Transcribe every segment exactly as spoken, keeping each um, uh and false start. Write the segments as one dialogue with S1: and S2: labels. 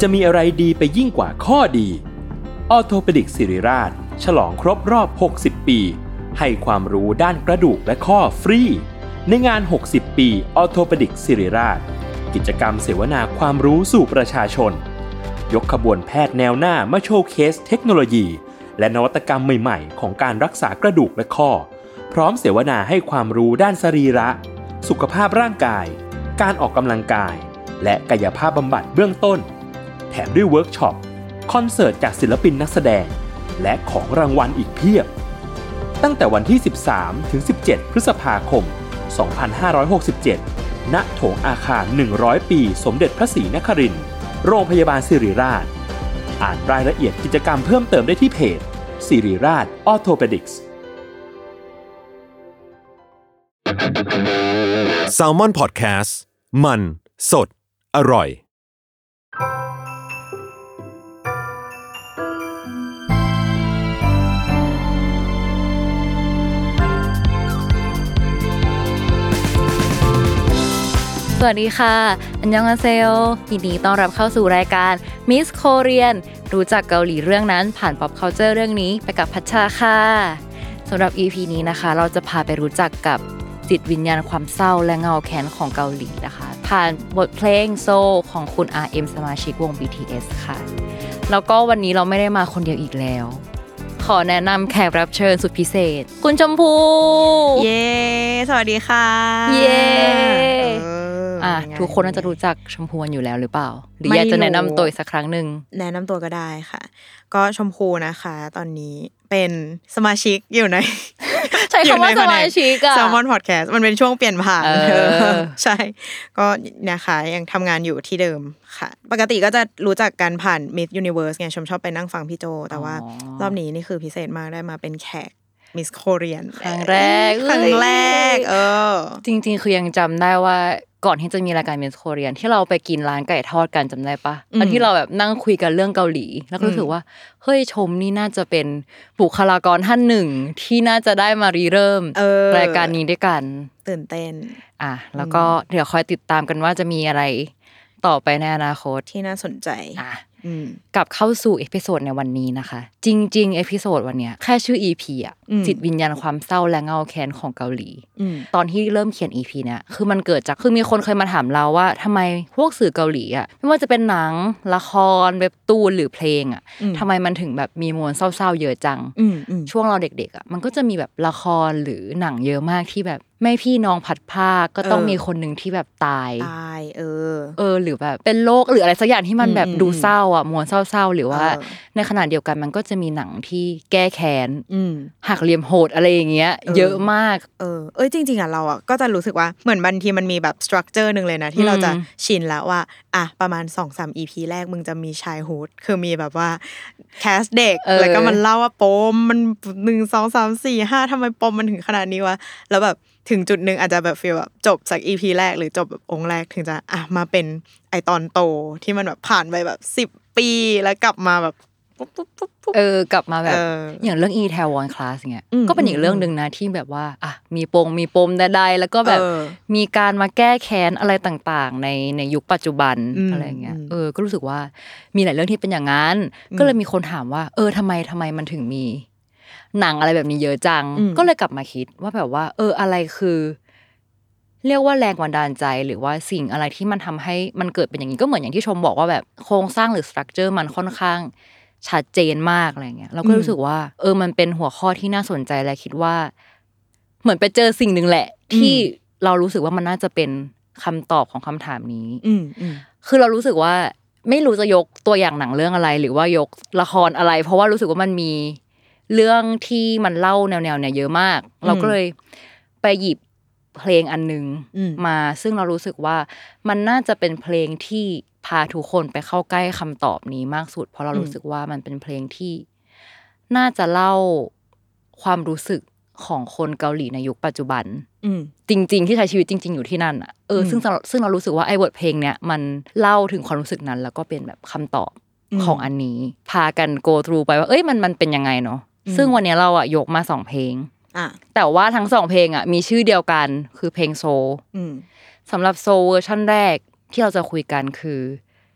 S1: จะมีอะไรดีไปยิ่งกว่าข้อดีออร์โธเปดิกศิริราชฉลองครบรอบหกสิบปีให้ความรู้ด้านกระดูกและข้อฟรีในงานหกสิบปีออร์โธเปดิกศิริราชกิจกรรมเสวนาความรู้สู่ประชาชนยกขบวนแพทย์แนวหน้ามาโชว์เคสเทคโนโลยีและนวัตกรรมใหม่ๆของการรักษากระดูกและข้อพร้อมเสวนาให้ความรู้ด้านสรีระสุขภาพร่างกายการออกกำลังกายและกายภาพบำบัดเบื้องต้นแถมด้วยเวิร์กช็อปคอนเสิร์ตจากศิลปินนักแสดงและของรางวัลอีกเพียบตั้งแต่วันที่สิบสามถึงสิบเจ็ดพฤษภาคมสองพันห้าร้อยหกสิบเจ็ดณโถงอาคารหนึ่งร้อยปีสมเด็จพระศรีนครินทร์โรงพยาบาลศิริราชอ่านรายละเอียดกิจกรรมเพิ่มเติมได้ที่เพจศิริราชออร์โธเปดิกส์
S2: Salmon Podcast มันสดอร่อย
S3: สวัสดีค่ะอันยองอาเซโอยินดีต้อนรับเข้าสู่รายการ Miss Korean รู้จักเกาหลีเรื่องนั้นผ่าน pop culture เรื่องนี้ไปกับพัชชาค่ะสำหรับ อี พี นี้นะคะเราจะพาไปรู้จักกับจิตวิญญาณความเศร้าและเงาแค้นของเกาหลีนะคะผ่านบทเพลงโซของคุณ อาร์ เอ็ม สมาชิกวง บี ที เอส ค่ะแล้วก็วันนี้เราไม่ได้มาคนเดียวอีกแล้วขอแนะนำแขกรับเชิญสุดพิเศษคุณชมพู
S4: เย้สวัสดีค่ะ
S3: เย้อ่ะทุกคนน่าจะรู้จักชมพูอยู่แล้วหรือเปล่าหรืออยากจะแนะนำตัวอีกสักครั้งนึง
S4: แนะนำตัวก็ได้ค่ะก็ชมพูนะคะตอนนี้เป็นสมาชิกอยู่ใน
S3: ใช้คำว่าสมาชิกอะ
S4: Salmon Podcast มันเป็นช่วงเปลี่ยนผ่านใช่ก็นะคะยังทำงานอยู่ที่เดิมค่ะปกติก็จะรู้จักกันผ่าน Miss Universe ไงชมชอบไปนั่งฟังพี่โจแต่ว่ารอบนี้นี่คือพิเศษมากได้มาเป็นแขกMiss Korean
S3: ครั้งแรก
S4: ครั้งแรกเออ
S3: จริงๆคือยังจำได้ว่าก่อนที่จะมีรายการ Miss Korean ที่เราไปกินร้านไก่ทอดกันจำได้ปะตอนที่เราแบบนั่งคุยกันเรื่องเกาหลีแล้วก็รู้สึกว่าเฮ้ยชมนี่น่าจะเป็นบุคลากรท่านหนึ่งที่น่าจะได้มารีเริ่มรายการนี้ด้วยกัน
S4: ตื่นเต้น
S3: อ่ะแล้วก็เดี๋ยวคอยติดตามกันว่าจะมีอะไรต่อไปในอนาคต
S4: ที่น่าสนใจ
S3: อ่ะกลับเข้าสู่เอพิโซดในวันนี้นะคะจริงๆเอพิโซดวันเนี้ยแค่ชื่อ อี พี อ่ะจิตวิญญาณความเศร้าและเงาแค้นของเกาหลีตอนที่เริ่มเขียน อี พี เนี้ยคือมันเกิดจากคือมีคนเคยมาถามเราว่าทำไมพวกสื่อเกาหลีอ่ะไม่ว่าจะเป็นหนังละครเว็บตูนหรือเพลงอ่ะทำไมมันถึงแบบมีมวลเศร้าๆเยอะจังช่วงเราเด็กๆอ่ะมันก็จะมีแบบละครหรือหนังเยอะมากที่แบบแม่พี่น้องพัดภาคก็ต้องมีคนนึงที่แบบตาย
S4: ตายเออ
S3: เออหรือแบบเป็นโรคหรืออะไรสักอย่างที่มันแบบดูเศร้าอ่ะมวลเศร้าๆหรือว่าในขณะเดียวกันมันก็จะมีหนังที่แก้แค้นหักเหลี่ยมโหดอะไรอย่างเงี้ยเยอะมาก
S4: เออเอ้ยจริงๆอ่ะเราอ่ะก็จะรู้สึกว่าเหมือนบางทีมันมีแบบสตรัคเจอร์นึงเลยนะที่เราจะชินแล้วว่าอ่ะประมาณ สองถึงสาม อี พี แรกมึงจะมีชายฮูดคือมีแบบว่าแคสเด็กแล้วก็มันเล่าว่าปมมันหนึ่ง สอง สาม สี่ ห้าทำไมปมมันถึงขนาดนี้วะแล้วแบบถึงจุดนึงอาจจะแบบฟีลแบบจบสัก อี พี แรกหรือจบแบบองค์แรกถึงจะอ่ะมาเป็นไอตอนโตที่มันแบบผ่านไปแบบสิบปีแล้วกลับมาแบบปุ๊บปุ๊บปุ๊บ
S3: เออกลับมาแบบอย่างเรื่อง Itaewon Class เงี้ยก็เป็นอีกเรื่องนึงนะที่แบบว่าอ่ะมีปงมีปมใดๆแล้วก็แบบมีการมาแก้แค้นอะไรต่างๆในในยุคปัจจุบันอะไรเงี้ยเออก็รู้สึกว่ามีหลายเรื่องที่เป็นอย่างนั้นก็เลยมีคนถามว่าเออทำไมทำไมมันถึงมีหนังอะไรแบบนี้เยอะจังก็เลยกลับมาคิดว่าแบบว่าเอออะไรคือเรียกว่าแรงบันดาลใจหรือว่าสิ่งอะไรที่มันทำให้มันเกิดเป็นอย่างนี้ก็เหมือนอย่างที่ชมบอกว่าแบบโครงสร้างหรือสตรัคเจอร์มันค่อนข้างชัดเจนมากอะไรเงี้ยเราก็รู้สึกว่าเออมันเป็นหัวข้อที่น่าสนใจและคิดว่าเหมือนไปเจอสิ่งนึงแหละที่เรารู้สึกว่ามันน่าจะเป็นคำตอบของคำถามนี้คือเรารู้สึกว่าไม่รู้จะยกตัวอย่างหนังเรื่องอะไรหรือว่ายกละครอะไรเพราะว่ารู้สึกว่ามันมีเรื่องที่มันเล่าแนวๆเนี่ยเยอะมากเราก็เลยไปหยิบเพลงอันนึงมาซึ่งเรารู้สึกว่ามันน่าจะเป็นเพลงที่พาทุกคนไปเข้าใกล้คำตอบนี้มากสุดเพราะเรารู้สึกว่ามันเป็นเพลงที่น่าจะเล่าความรู้สึกของคนเกาหลีในยุคปัจจุบันจริงๆที่ใช้ชีวิตจริงๆอยู่ที่นั่นอ่ะเออซึ่งซึ่งเรารู้สึกว่าไอ้บทเพลงเนี้ยมันเล่าถึงความรู้สึกนั้นแล้วก็เป็นแบบคำตอบของอันนี้พากัน go through ไปว่าเอ้ยมันมันเป็นยังไงเนาะซึ่งวันนี้เราอ่ะยกมาสองเพลงแต่ว่าทั้งสองเพลงอ่ะมีชื่อเดียวกันคือเพลงโซสำหรับโซเวอร์ชั่นแรกที่เราจะคุยกันคือ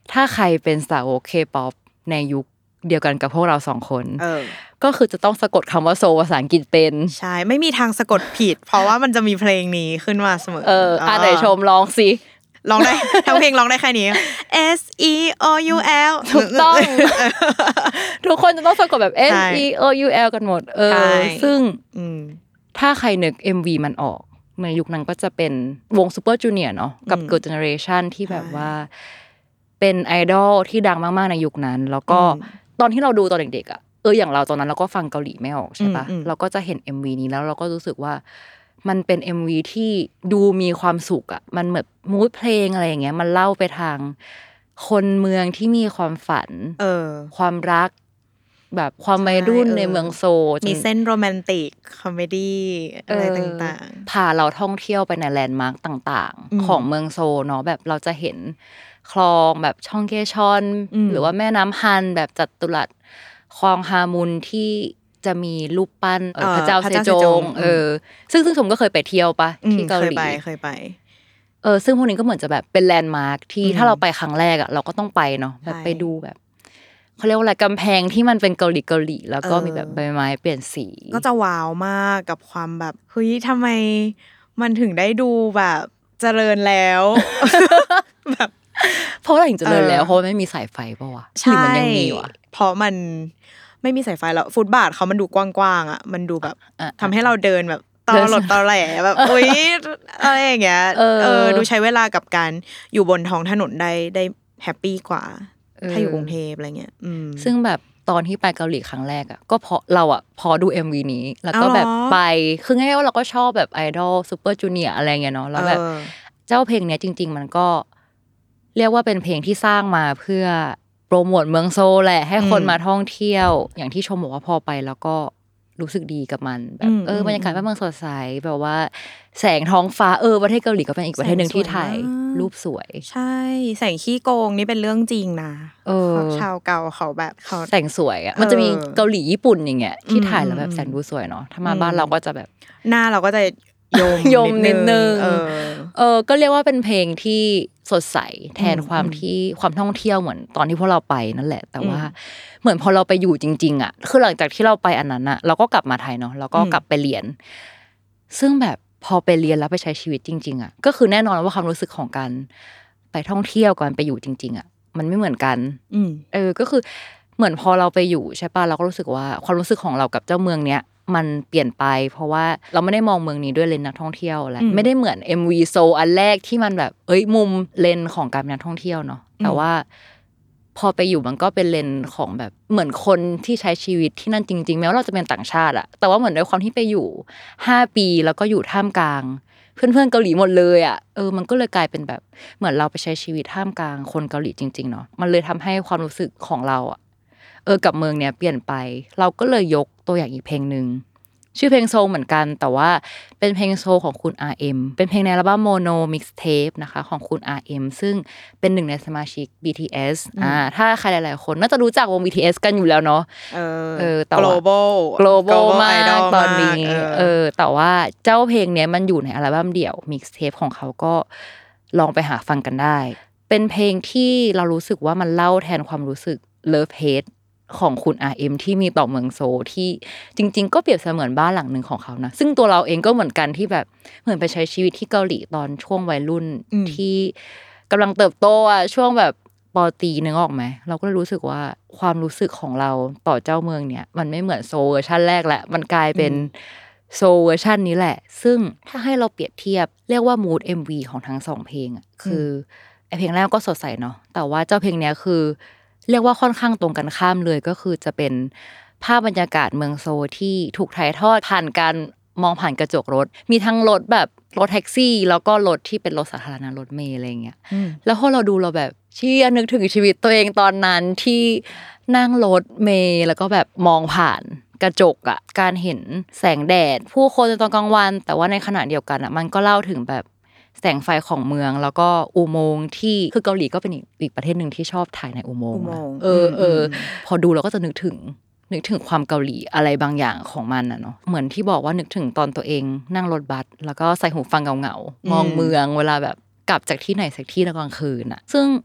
S3: ถ้าใครเป็นสาวก K-pop ในยุคเดียวกันกับพวกเราสองคน
S4: เออ
S3: ก็คือจะต้องสะกดคำว่าโซภาษาอังกฤษเป็น
S4: ใช่ไม่มีทางสะกดผิดเพราะว่ามันจะมีเพลงนี้ขึ้นมาเสมอ
S3: เอออ่ะไหนชมร้องสิ
S4: ร้องได้ทั้งเพลงร้องได้แค่นี้ S E O U L
S3: ถูกต้องทุกคนจะต้องสะกดแบบ S E O U L กันหมดเออซึ่งถ้าใครนึก เอ็ม วี มันออกในยุคนั้นก็จะเป็นวง Super Junior เนาะกับ Girl Generation ที่แบบว่าเป็นไอดอลที่ดังมากๆในยุคนั้นแล้วก็ตอนที่เราดูตอนเด็กๆอ่ะเอออย่างเราตอนนั้นเราก็ฟังเกาหลีไม่ออกใช่ปะเราก็จะเห็น เอ็ม วี นี้แล้วเราก็รู้สึกว่ามันเป็น เอ็ม วี ที่ดูมีความสุขอ่ะมันเหมือนมูดเพลงอะไรอย่างเงี้ยมันเล่าไปทางคนเมืองที่มีความฝัน
S4: เออ
S3: ความรักแบบความวัยรุ่นในเมืองโซล
S4: มีเส้นโรแมนติกคอมเมดี้อะไรต่าง
S3: ๆพาเราท่องเที่ยวไปในแลนด์มาร์คต่างๆของเมืองโซลเนาะแบบเราจะเห็นคลองแบบช่องเกชอนหรือว่าแม่น้ำฮันแบบจัตุรัสคลองฮามุนที่จะมีรูปปั้นพระเจ้าเซจงเออซึ่งซึ่งชมก็เคยไปเที่ยวปะที่เกาหลี
S4: เคยไปเคยไป
S3: เออซึ่งพวกนี้ก็เหมือนจะแบบเป็นแลนด์มาร์คที่ถ้าเราไปครั้งแรกอ่ะเราก็ต้องไปเนาะแบบไปดูแบบเขาเรียกว่าอะไรกำแพงที่มันเป็นเกาหลีเกาหลีแล้วก็มีแบบใบไม้เปลี่ยนสี
S4: ก็จะว้าวมากกับความแบบเฮ้ยทำไมมันถึงได้ดูแบบเจริญแล้ว
S3: แบบเพราะอะไรถึงเจริญแล้วเพราะไม่มีสายไฟป่ะวะหรือมันยังมีวะ
S4: เพราะมันไม่มีสายไฟแล้วฟุตบาทเขามันดูกว้างๆอ่ะมันดูแบบทำให้เราเดินแบบตลอดตลอดแหล่แบบอุ๊ยอะไรอย่างเงี้ยเออดูใช้เวลากับการอยู่บนท้องถนนได้ได้แฮปปี้กว่าถ้าอยู่กรุงเทพอะไรเงี้ย
S3: ซึ่งแบบตอนที่ไปเกาหลีครั้งแรกอ่ะก็เพราะเราอ่ะพอดู เอ็ม วี นี้แล้วก็แบบไปคือง่ายๆว่าเราก็ชอบแบบไอดอลซูเปอร์จูเนียร์อะไรเงี้ยเนาะแล้วแบบเจ้าเพลงเนี้ยจริงๆมันก็เรียกว่าเป็นเพลงที่สร้างมาเพื่อโปรโมทเมืองโซลแหละให้คนมาท่องเที่ยวอย่างที่ชมบอกว่าพอไปแล้วก็รู้สึกดีกับมันแบบเออบรรยากาศบ้านเมืองสดใสแบบว่าแสงท้องฟ้าเออประเทศเกาหลีก็เป็นอีกประเทศนึงที่ถ่ายรูปสวย
S4: ใช่แสงขี้โกงนี่เป็นเรื่องจริงนะเออชาวเก่าเขาแบบเขา
S3: แสงสวยอ่ะมันจะมีเกาหลีญี่ปุ่นอย่างเงี้ยที่ถ่ายแล้วแบบแสงดูสวยเนาะถ้ามาบ้านเราก็จะแบบ
S4: หน้าเราก็จะยม
S3: ยมนิดนึงเออเออก็เรียกว่าเป็นเพลงที่สดใสแทนความที่ความท่องเที่ยวเหมือนตอนที่พวกเราไปนั่นแหละแต่ว่าเหมือนพอเราไปอยู่จริงๆอ่ะคือหลังจากที่เราไปอันนั้นอ่ะเราก็กลับมาไทยเนาะแล้วก็กลับไปเรียนซึ่งแบบพอไปเรียนแล้วไปใช้ชีวิตจริงๆอ่ะก็คือแน่นอนว่าความรู้สึกของการไปท่องเที่ยวกันไปอยู่จริงๆอ่ะมันไม่เหมือนกันเออก็คือเหมือนพอเราไปอยู่ใช่ป่ะเราก็รู้สึกว่าความรู้สึกของเรากับเจ้าเมืองเนี้ยมันเปลี่ยนไปเพราะว่าเราไม่ได้มองเมืองนี้ด้วยเลนส์นักท่องเที่ยวแหละไม่ได้เหมือน เอ็ม วี Soul อันแรกที่มันแบบเอ้ยมุมเลนส์ของการเป็นนักท่องเที่ยวเนาะแต่ว่าพอไปอยู่มันก็เป็นเลนส์ของแบบเหมือนคนที่ใช้ชีวิตที่นั่นจริงๆแม้ว่าเราจะเป็นต่างชาติอะแต่ว่าเหมือนด้วยความที่ไปอยู่ห้าปีแล้วก็อยู่ท่ามกลางเพื่อนๆเกาหลีหมดเลยอะเออมันก็เลยกลายเป็นแบบเหมือนเราไปใช้ชีวิตท่ามกลางคนเกาหลีจริงๆเนาะมันเลยทำให้ความรู้สึกของเราอะเออกับเมืองเนี้ยเปลี่ยนไปเราก็เลยยกตัวอย่างอีกเพลงนึงชื่อเพลงโซลเหมือนกันแต่ว่าเป็นเพลงโซลของคุณ อาร์ เอ็ม เป็นเพลงในอัลบั้ม Mono Mixtape นะคะของคุณ อาร์ เอ็ม ซึ่งเป็นหนึ่งในสมาชิก บี ที เอส อ่าถ้าใครหลายๆคนน่าจะรู้จักวง บี ที เอส กันอยู่แล้วเนาะ
S4: เออ
S3: เออแต่ว่า global global มากตอนนี้เออแต่ว่าเจ้าเพลงเนี้ยมันอยู่ในอัลบั้มเดี่ยว Mixtape ของเขาก็ลองไปหาฟังกันได้เป็นเพลงที่เรารู้สึกว่ามันเล่าแทนความรู้สึก Love Hateของคุณ อาร์ เอ็ม ที่มีต่อเมืองโซที่จริงๆก็เปรียบเสมือนบ้านหลังนึงของเขานะซึ่งตัวเราเองก็เหมือนกันที่แบบเหมือนไปใช้ชีวิตที่เกาหลีตอนช่วงวัยรุ่นที่กำลังเติบโตอ่ะช่วงแบบป.ตรีนึกออกไหมเราก็รู้สึกว่าความรู้สึกของเราต่อเจ้าเมืองเนี่ยมันไม่เหมือนโซเวอร์ชันแรกแหละมันกลายเป็นโซเวอร์ชันนี้แหละซึ่งถ้าให้เราเปรียบเทียบเรียกว่ามูด เอ็ม วี ของทั้งสองเพลงอ่ะคือไอเพลงแรกก็สดใสเนาะแต่ว่าเจ้าเพลงเนี้ยคือเรียกว่าค่อนข้างตรงกันข้ามเลยก็คือจะเป็นภาพบรรยากาศเมืองโซที่ถูกถ่ายทอดผ่านการมองผ่านกระจกรถมีทั้งรถแบบรถแท็กซี่แล้วก็รถที่เป็นรถสาธารณะรถเมล์อะไรเงี้ยแล้วพอเราดูเราแบบเชี่ยนึกถึงชีวิตตัวเองตอนนั้นที่นั่งรถเมล์แล้วก็แบบมองผ่านกระจกอ่ะการเห็นแสงแดดผู้คนในตอนกลางวันแต่ว่าในขณะเดียวกันอ่ะมันก็เล่าถึงแบบแสงไฟของเมืองแล้วก็อุโมงค์ที่คือเกาหลีก็เป็นอีกประเทศนึงที่ชอบถ่ายในอุโมงค์เออเออพอดูเราก็จะนึกถึงนึกถึงความเกาหลีอะไรบางอย่างของมันน่ะเนาะเหมือนที่บอกว่านึกถึงตอนตัวเองนั่งรถบัสแล้วก็ใส่หูฟังเงาๆมองเมืองเวลาแบบกลับจากที่ไหนสักที่ในกลางคืนน่ะซึ่ง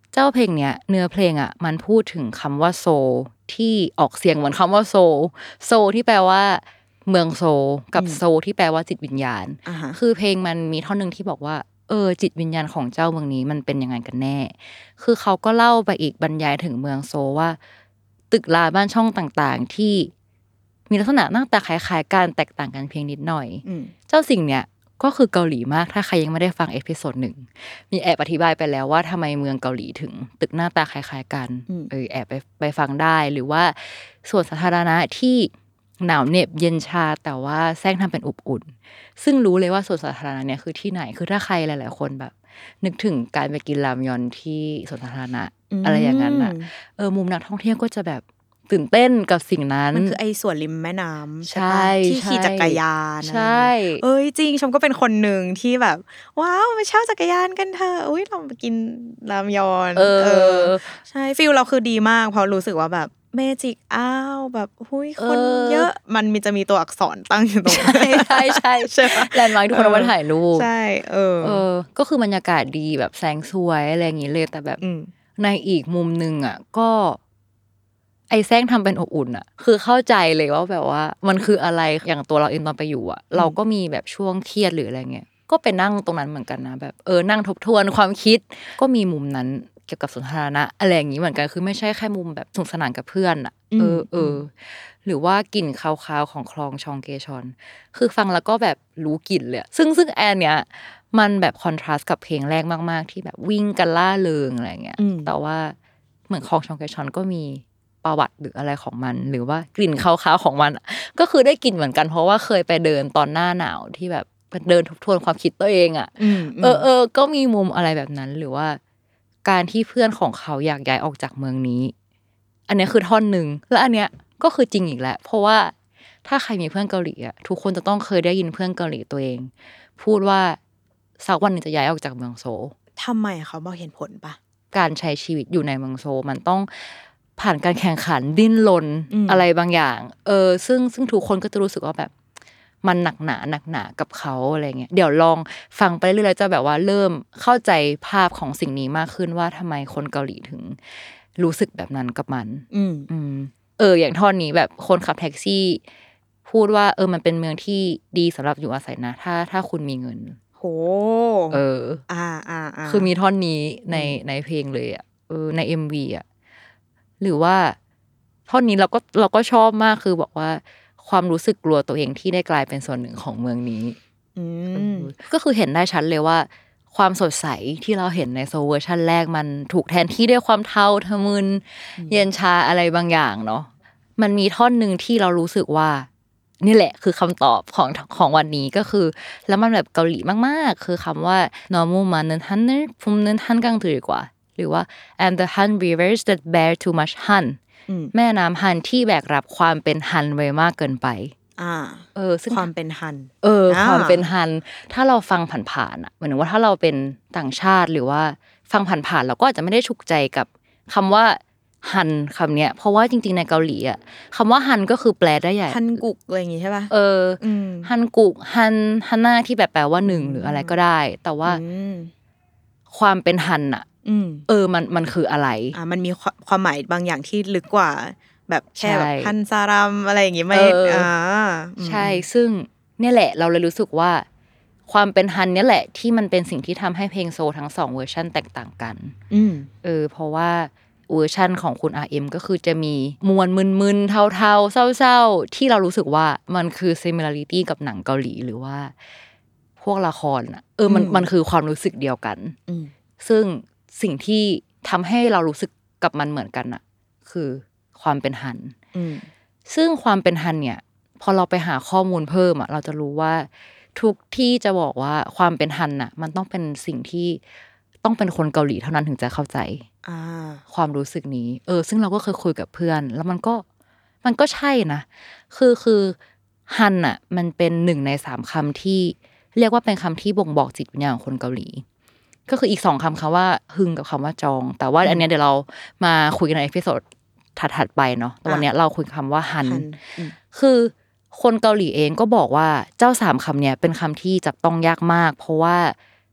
S3: เจ้าเพลงเนี้ยเนื้อเพลงอ่ะมันพูดถึงคำว่าโซลที่ออกเสียงเหมือนคำว่าโซลโซลที่แปลว่าเมืองโซลกับโซลที่แปลว่าจิตวิญญาณ uh-huh. คือเพลงมันมีท่อนนึงที่บอกว่าเออจิตวิญญาณของเจ้าเมืองนี้มันเป็นยังไงกันแน่คือเขาก็เล่าไปอีกบรรยายถึงเมืองโซลว่าตึกราบ้านช่องต่างๆที่มีลักษณะหน้าตาคล้ายๆกันแตกต่างกันเพียงนิดหน่อยเจ้าสิ่งเนี้ยก็คือเกาหลีมากถ้าใครยังไม่ได้ฟังเอพิโซดหนึ่งมีแอบอธิบายไปแล้วว่าทำไมเมืองเกาหลีถึงตึกหน้าตาคล้ายๆกันเออแอบไปไปฟังได้หรือว่าส่วนสาธารณะที่หนาวเหน็บเย็นชาแต่ว่าแซงทำเป็นอบอุ่นซึ่งรู้เลยว่าส่วนสาธารณะเนี่ยคือที่ไหนคือถ้าใครหลายๆคนแบบนึกถึงการไปกินรามยอนที่สวนสาธารณะอะไรอย่างนั้นอ่ะเออมุมนักท่องเที่ยวก็จะแบบตื่นเต้นกับสิ่งนั้น
S4: มันคือไอ้สวนริมแม่น้ำ
S3: ใช่
S4: ที่ขี่จักรยาน
S3: ใช่
S4: เอ้ยจริงชมก็เป็นคนหนึ่งที่แบบว้าวมาเช่าจักรยานกันเถอะอุ้ยเราไปกินรามยอน
S3: เออ
S4: ใช่ฟีลเราคือดีมากเพราะรู้สึกว่าแบบเมจิกอ้าวแบบหุ้ยคนเยอะมันมีจะมีตัวอักษรตั้งอยู่ตรงนั้น
S3: ใช่ใช่ใช่แลนด์มาร์คทุกคนมาถ่ายรูป
S4: ใช่เออ
S3: เออก็คือบรรยากาศดีแบบแสงสวยอะไรอย่างงี้เลยแต่แบบในอีกมุมนึงอ่ะก็ไอ้แซงทำเป็นอบอุ่นอ่ะคือเข้าใจเลยว่าแบบว่ามันคืออะไรอย่างตัวเราเองตอนไปอยู่อ่ะเราก็มีแบบช่วงเครียดหรืออะไรเงี้ยก็ไปนั่งตรงนั้นเหมือนกันนะแบบเออนั่งทบทวนความคิดก็มีมุมนั้นเกี่ยวกับสาธารณะอะไรอย่างนี้เหมือนกันคือไม่ใช่แค่มุมแบบสนุกสนานกับเพื่อนอ่ะเออเออหรือว่ากลิ่นคาวๆของคลองชองเกชอนคือฟังแล้วก็แบบรู้กลิ่นเลยซึ่งซึ่งแอนเนี้ยมันแบบคอนทราสต์กับเพลงแรกมากๆที่แบบวิ่งกันล่าเริงอะไรเงี้ยแต่ว่าเหมือนคลองชองเกชอนก็มีประวัติหรืออะไรของมันหรือว่ากลิ่นคาวๆของมันก็คือได้กลิ่นเหมือนกันเพราะว่าเคยไปเดินตอนหน้าหนาวที่แบบเดินทบทวนความคิดตัวเองอ่ะเออเออก็มีมุมอะไรแบบนั้นหรือว่าการที่เพื่อนของเขาอยากย้ายออกจากเมืองนี้อันนี้คือท่อนนึงและอันเนี้ยก็คือจริงอีกแล้วเพราะว่าถ้าใครมีเพื่อนเกาหลีอ่ะทุกคนจะต้องเคยได้ยินเพื่อนเกาหลีตัวเองพูดว่าสักวันนึงจะย้ายออกจากเมืองโซล
S4: ทำไมเขาบอกเห็นผลปะ
S3: การใช้ชีวิตอยู่ในเมืองโซลมันต้องผ่านการแข่งขันดิ้นรนอะไรบางอย่างเออซึ่งซึ่งทุกคนก็จะรู้สึกว่าแบบมันหนักหนาหนักหนากับเขาอะไรเงี้ยเดี๋ยวลองฟังไปเรื่อยๆจะแบบว่าเริ่มเข้าใจภาพของสิ่งนี้มากขึ้นว่าทำไมคนเกาหลีถึงรู้สึกแบบนั้นกับมัน
S4: อืม
S3: อืมเอออย่างท่อนนี้แบบคนขับแท็กซี่พูดว่าเออมันเป็นเมืองที่ดีสำหรับอยู่อาศัยนะถ้าถ้าคุณมีเงิน
S4: โห
S3: เออ
S4: อ่าอ่าอ่า
S3: คือมีท่อนนี้ในในเพลงเลยอ่ะเออใน เอ็ม วี อ่ะหรือว่าท่อนนี้เราก็เราก็ชอบมากคือบอกว่าความรู้สึกกลัวตัวเองที่ได้กลายเป็นส่วนหนึ่งของเมืองนี้ก็คือเห็นได้ชัดเลยว่าความสดใสที่เราเห็นในโซเวอร์ชันแรกมันถูกแทนที่ด้วยความเทาทะมึนเย็นชาอะไรบางอย่างเนาะมันมีท่อนนึงที่เรารู้สึกว่านี่แหละคือคำตอบของของวันนี้ก็คือแล้วมันแบบเกาหลีมากๆคือคำว่า normal man 는 하늘 품 는 한강들과หรือว่า and the Han rivers that bear too much Han แม่น้ำฮันที่แบกรับความเป็นฮันไว้มากเกินไป
S4: อ่า
S3: เออซึ่ง
S4: ความเป็นฮัน
S3: เออความเป็นฮันถ้าเราฟังผ่านๆอ่ะเหมือนว่าถ้าเราเป็นต่างชาติหรือว่าฟังผ่านๆเราก็อาจจะไม่ได้ฉุกใจกับคำว่าฮันคำเนี้ยเพราะว่าจริงๆในเกาหลีอ่ะคำว่าฮันก็คือแปลได้ใหญ่
S4: ฮันกุกอะไรอย่างงี้ใช่ป่ะ
S3: เออฮันกุกฮันฮันน่าที่แบบแปลว่าหนึ่งหรืออะไรก็ได้แต่ว่าความเป็นฮันอ่ะเออมันมันคืออะไร
S4: อ่ามันมีความหมายบางอย่างที่ลึกกว่าแบบแค่แบบฮันซารัมอะไรอย่างงี้ไม่อ่า
S3: ใช่ซึ่งเนี่ยแหละเราเลยรู้สึกว่าความเป็นฮันเนี่ยแหละที่มันเป็นสิ่งที่ทำให้เพลงโซทั้งสองเวอร์ชันแตกต่างกันเออเพราะว่าเวอร์ชันของคุณ อาร์ เอ็ม ก็คือจะมีมวลมึนๆเทาๆเศร้าๆที่เรารู้สึกว่ามันคือ similarity กับหนังเกาหลีหรือว่าพวกละครอ่ะเออมันมันคือความรู้สึกเดียวกันซึ่งสิ่งที่ทำให้เรารู้สึกกับมันเหมือนกันอ่ะคือความเป็นฮันซึ่งความเป็นฮันเนี่ยพอเราไปหาข้อมูลเพิ่มอ่ะเราจะรู้ว่าทุกที่จะบอกว่าความเป็นฮันน่ะมันต้องเป็นสิ่งที่ต้องเป็นคนเกาหลีเท่านั้นถึงจะเข้าใจความรู้สึกนี้เออซึ่งเราก็เคยคุยกับเพื่อนแล้วมันก็มันก็ใช่นะคือคือฮันน่ะมันเป็นหนึ่งในสามคำที่เรียกว่าเป็นคำที่บ่งบอกจิตวิญญาณของคนเกาหลีก็คืออีกสองคำคำว่าฮึงกับคำว่าจองแต่ว่าอันนี้เดี๋ยวเรามาคุยกันในเอพิโซดถัดๆไปเนาะแต่วันนี้เราคุยคำว่าฮันคือคนเกาหลีเองก็บอกว่าเจ้าสามคำเนี้ยเป็นคำที่จับต้องยากมากเพราะว่า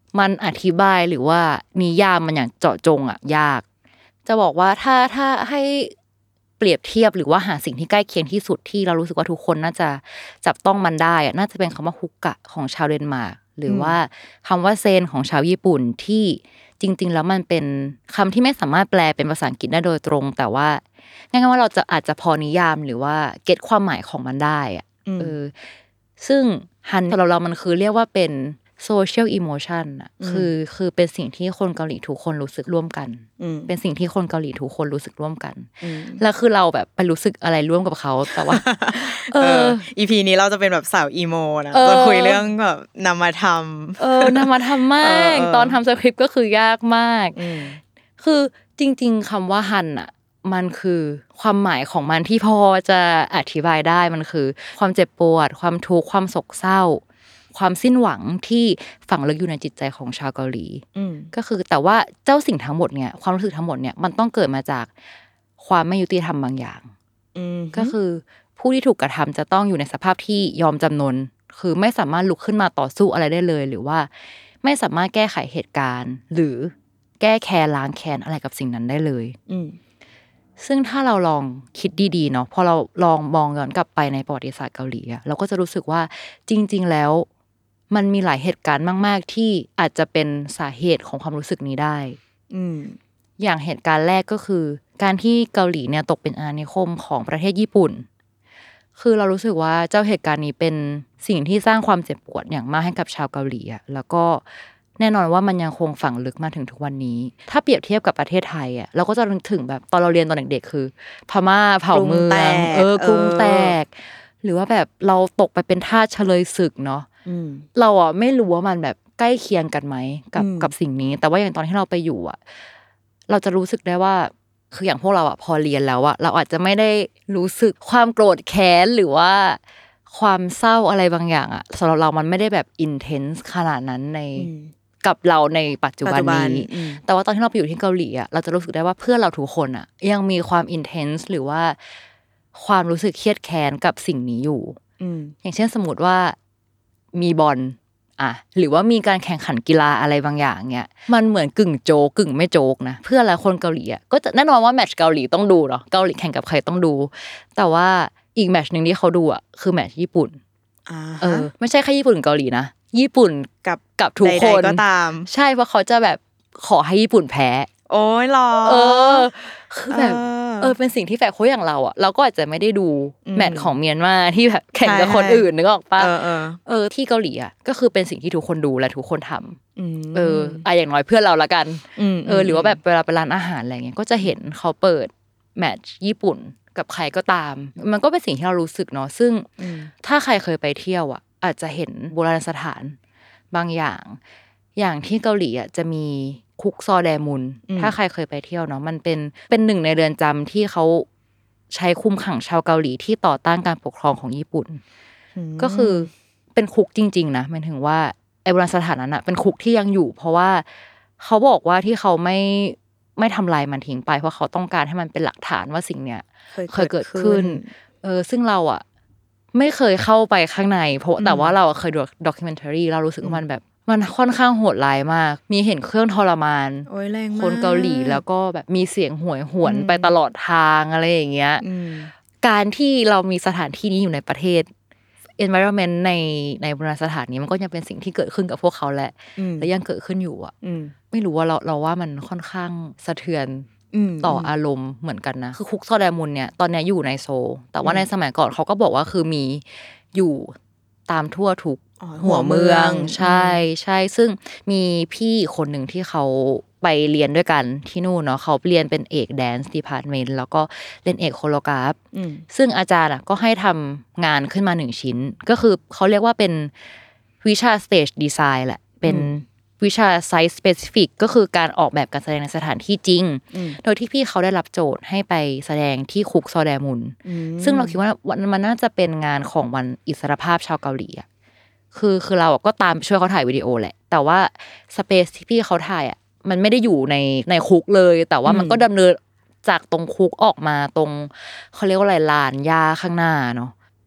S3: มันอธิบายหรือว่านิยามมันอย่างเจาะจงอ่ะยากจะบอกว่าถ้าถ้าให้เปรียบเทียบหรือว่าหาสิ่งที่ใกล้เคียงที่สุดที่เรารู้สึกว่าทุกคนน่าจะจับต้องมันได้อ่ะน่าจะเป็นคำว่าฮุกกะของชาวเดนมาร์กหรือว่าคำว่าเซนของชาวญี่ปุ่นที่จริงๆแล้วมันเป็นคำที่ไม่สามารถแปลเป็นภาษาอังกฤษได้โดยตรงแต่ว่าง่ายๆว่าเราจะอาจจะพอนิยามหรือว่าเก็ตความหมายของมันได้อ่ะเออซึ่งฮันสำหรับเรามันคือเรียกว่าเป็นsocial emotion อ่ะคือคือเป็นสิ่งที่คนเกาหลีทุกคนรู้สึกร่วมกันเป็นสิ่งที่คนเกาหลีทุกคนรู้สึกร่วมกันแล้วคือเราแบบไปรู้สึกอะไรร่วมกับเขาแต่ว่าเออ
S4: อี พี นี้เราจะเป็นแบบสาวอีโมนะจะคุยเรื่องแบบนามธรรม
S3: เออนามธรรมมากตอนทำสคริปต์ก็คือยากมากคือจริงๆคำว่าฮันอ่ะมันคือความหมายของมันที่พอจะอธิบายได้มันคือความเจ็บปวดความทุกข์ความโศกเศร้าความสิ้นหวังที่ฝังลึกอยู่ในจิตใจของชาวเกาหลีก็คือแต่ว่าเจ้าสิ่งทั้งหมดเนี่ยความรู้สึกทั้งหมดเนี่ยมันต้องเกิดมาจากความไม่ยุติธรรมบางอย่างก็คือผู้ที่ถูกกระทำจะต้องอยู่ในสภาพที่ยอมจำนนคือไม่สามารถลุกขึ้นมาต่อสู้อะไรได้เลยหรือว่าไม่สามารถแก้ไขเหตุการณ์หรือแก้แค้นล้างแค้นอะไรกับสิ่งนั้นได้เลยซึ่งถ้าเราลองคิดดีๆเนาะพอเราลองมองย้อนกลับไปในประวัติศาสตร์เกาหลีอะเราก็จะรู้สึกว่าจริงๆแล้วมันมีหลายเหตุการณ์มากๆที่อาจจะเป็นสาเหตุของความรู้สึกนี้ได้อย่างเหตุการณ์แรกก็คือการที่เกาหลีเนี่ยตกเป็นอาณานิคมของประเทศญี่ปุ่นคือเรารู้สึกว่าเจ้าเหตุการณ์นี้เป็นสิ่งที่สร้างความเจ็บปวดอย่างมากให้กับชาวเกาหลีอะแล้วก็แน่นอนว่ามันยังคงฝังลึกมาถึงทุกวันนี้ถ้าเปรียบเทียบกับประเทศไทยอ่ะเราก็จะนึกถึงแบบตอนเราเรียนตอนเด็กๆคือพม่าเผ่าเมืองเออกรุงแตกหรือว่าแบบเราตกไปเป็นทาสเฉลยศึกเนาะเราอ่ะไม่รู้ว่ามันแบบใกล้เคียงกันไหมกับกับสิ่งนี้แต่ว่าอย่างตอนที่เราไปอยู่อ่ะเราจะรู้สึกได้ว่าคืออย่างพวกเราอ่ะพอเรียนแล้วอ่ะเราอาจจะไม่ได้รู้สึกความโกรธแค้นหรือว่าความเศร้าอะไรบางอย่างอ่ะสำหรับเรามันไม่ได้แบบอินเทนส์ขนาดนั้นในกับเราในปัจจุบันนี้แต่ว่าตอนที่เราไปอยู่ที่เกาหลีอ่ะเราจะรู้สึกได้ว่าเพื่อนเราทุกคนอ่ะยังมีความอินเทนส์หรือว่าความรู้สึกเครียดแค้นกับสิ่งนี้อยู่อย่างเช่นสมมติว่ามีบอลอ่ะหรือว่ามีการแข่งขันกีฬาอะไรบางอย่างเนี้ยมันเหมือนกึ่งโจ๊กกึ่งไม่โจ๊กนะเพื่อนหลายคนเกาหลีอ่ะก็จะแน่นอนว่าแมตช์เกาหลีต้องดูเนาะเกาหลีแข่งกับใครต้องดูแต่ว่าอีกแมตช์นึงที่เขาดูอ่ะคือแมตช์ญี่ปุ่นเออไม่ใช่แค่ญี่ปุ่นกับเกาหลีนะญี่ปุ่นกับกับทุกคน
S4: ก็ตาม
S3: ใช่เพราะเขาจะแบบขอให้ญี่ปุ่นแพ้
S4: โอ้ยหรอ
S3: เออคือแบบเออเป็นสิ่งที่แปลกโคอย่างเราอ่ะเราก็อาจจะไม่ได้ดูแมตช์ของเมียนมาที่แบบแข่งกับคนอื่นนึกออกป่ะเออเออที่เกาหลีอ่ะก็คือเป็นสิ่งที่ทุกคนดูและทุกคนทำเอออ่ะอย่างน้อยเพื่อนเราละกันเออหรือว่าแบบเวลาไปร้านอาหารอะไรเงี้ยก็จะเห็นเขาเปิดแมตช์ญี่ปุ่นกับใครก็ตามมันก็เป็นสิ่งที่เรารู้สึกเนาะซึ่งถ้าใครเคยไปเที่ยวอ่ะอาจจะเห็นโบราณสถานบางอย่างอย่างที่เกาหลีอ่ะจะมีคุกซอแดมุนถ้าใครเคยไปเที่ยวเนาะมันเป็นเป็นหนึ่งในเรือนจำที่เขาใช้คุมขังชาวเกาหลีที่ต่อต้านการปกครองของญี่ปุ่นก็คือเป็นคุกจริงๆนะหมายถึงว่าไอ้โบราณสถานนั้นอ่ะเป็นคุกที่ยังอยู่เพราะว่าเขาบอกว่าที่เขาไม่ไม่ทำลายมันทิ้งไปเพราะเขาต้องการให้มันเป็นหลักฐานว่าสิ่งเนี้ยเคยเกิดขึ้นเออซึ่งเราอ่ะไม่เคยเข้าไปข้างในเพราะแต่ว่าเราเคยดูด็อกิเมนทารีเรารู้สึกว่ามันแบบมันค่อนข้างโหดร้ายมากมีเห็นเครื่องทรมานคนเกาหลีแล้วก็แบบมีเสียงหวยหวนไปตลอดทางอะไรอย่างเงี้ยการที่เรามีสถานที่นี้อยู่ในประเทศ environment ในในโบราณสถานนี้มันก็ยังเป็นสิ่งที่เกิดขึ้นกับพวกเขาแหละและยังเกิดขึ้นอยู่อ่ะไม่รู้ว่าเราเราว่ามันค่อนข้างสะเทือนต่ออารมณ์เหมือนกันนะคือคุกซอแดมุนเนี่ยตอนนี้อยู่ในโซลแต่ว่าในสมัยก่อนเขาก็บอกว่าคือมีอยู่ตามทั่วทุกหัวเมืองใช่ใช่ซึ่งมีพี่คนหนึ่งที่เขาไปเรียนด้วยกันที่นู่นเนาะเขาเรียนเป็นเอกแดนซ์ดีพาร์ตเมนต์แล้วก็เรียนเอกโคโรกราฟซึ่งอาจารย์อ่ะก็ให้ทำงานขึ้นมาหนึ่งชิ้นก็คือเขาเรียกว่าเป็นวิชาสเตจดีไซน์แหละเป็นวิชาไซส์สเปซิฟิกก็คือการออกแบบการแสดงในสถานที่จริงโดยที่พี่เขาได้รับโจทย์ให้ไปแสดงที่คุกซอแดมุนซึ่งเราคิดว่ามันน่าจะเป็นงานของวันอิสรภาพชาวเกาหลีอ่ะคือคือเราก็ตามช่วยเขาถ่ายวิดีโอแหละแต่ว่าสเปซที่พี่เขาถ่ายอ่ะมันไม่ได้อยู่ในในคุกเลยแต่ว่ามันก็ดำเนินจากตรงคุกออกมาตรงเขาเรียกว่าอะไรลานหญ้าข้างหน้าเนาะ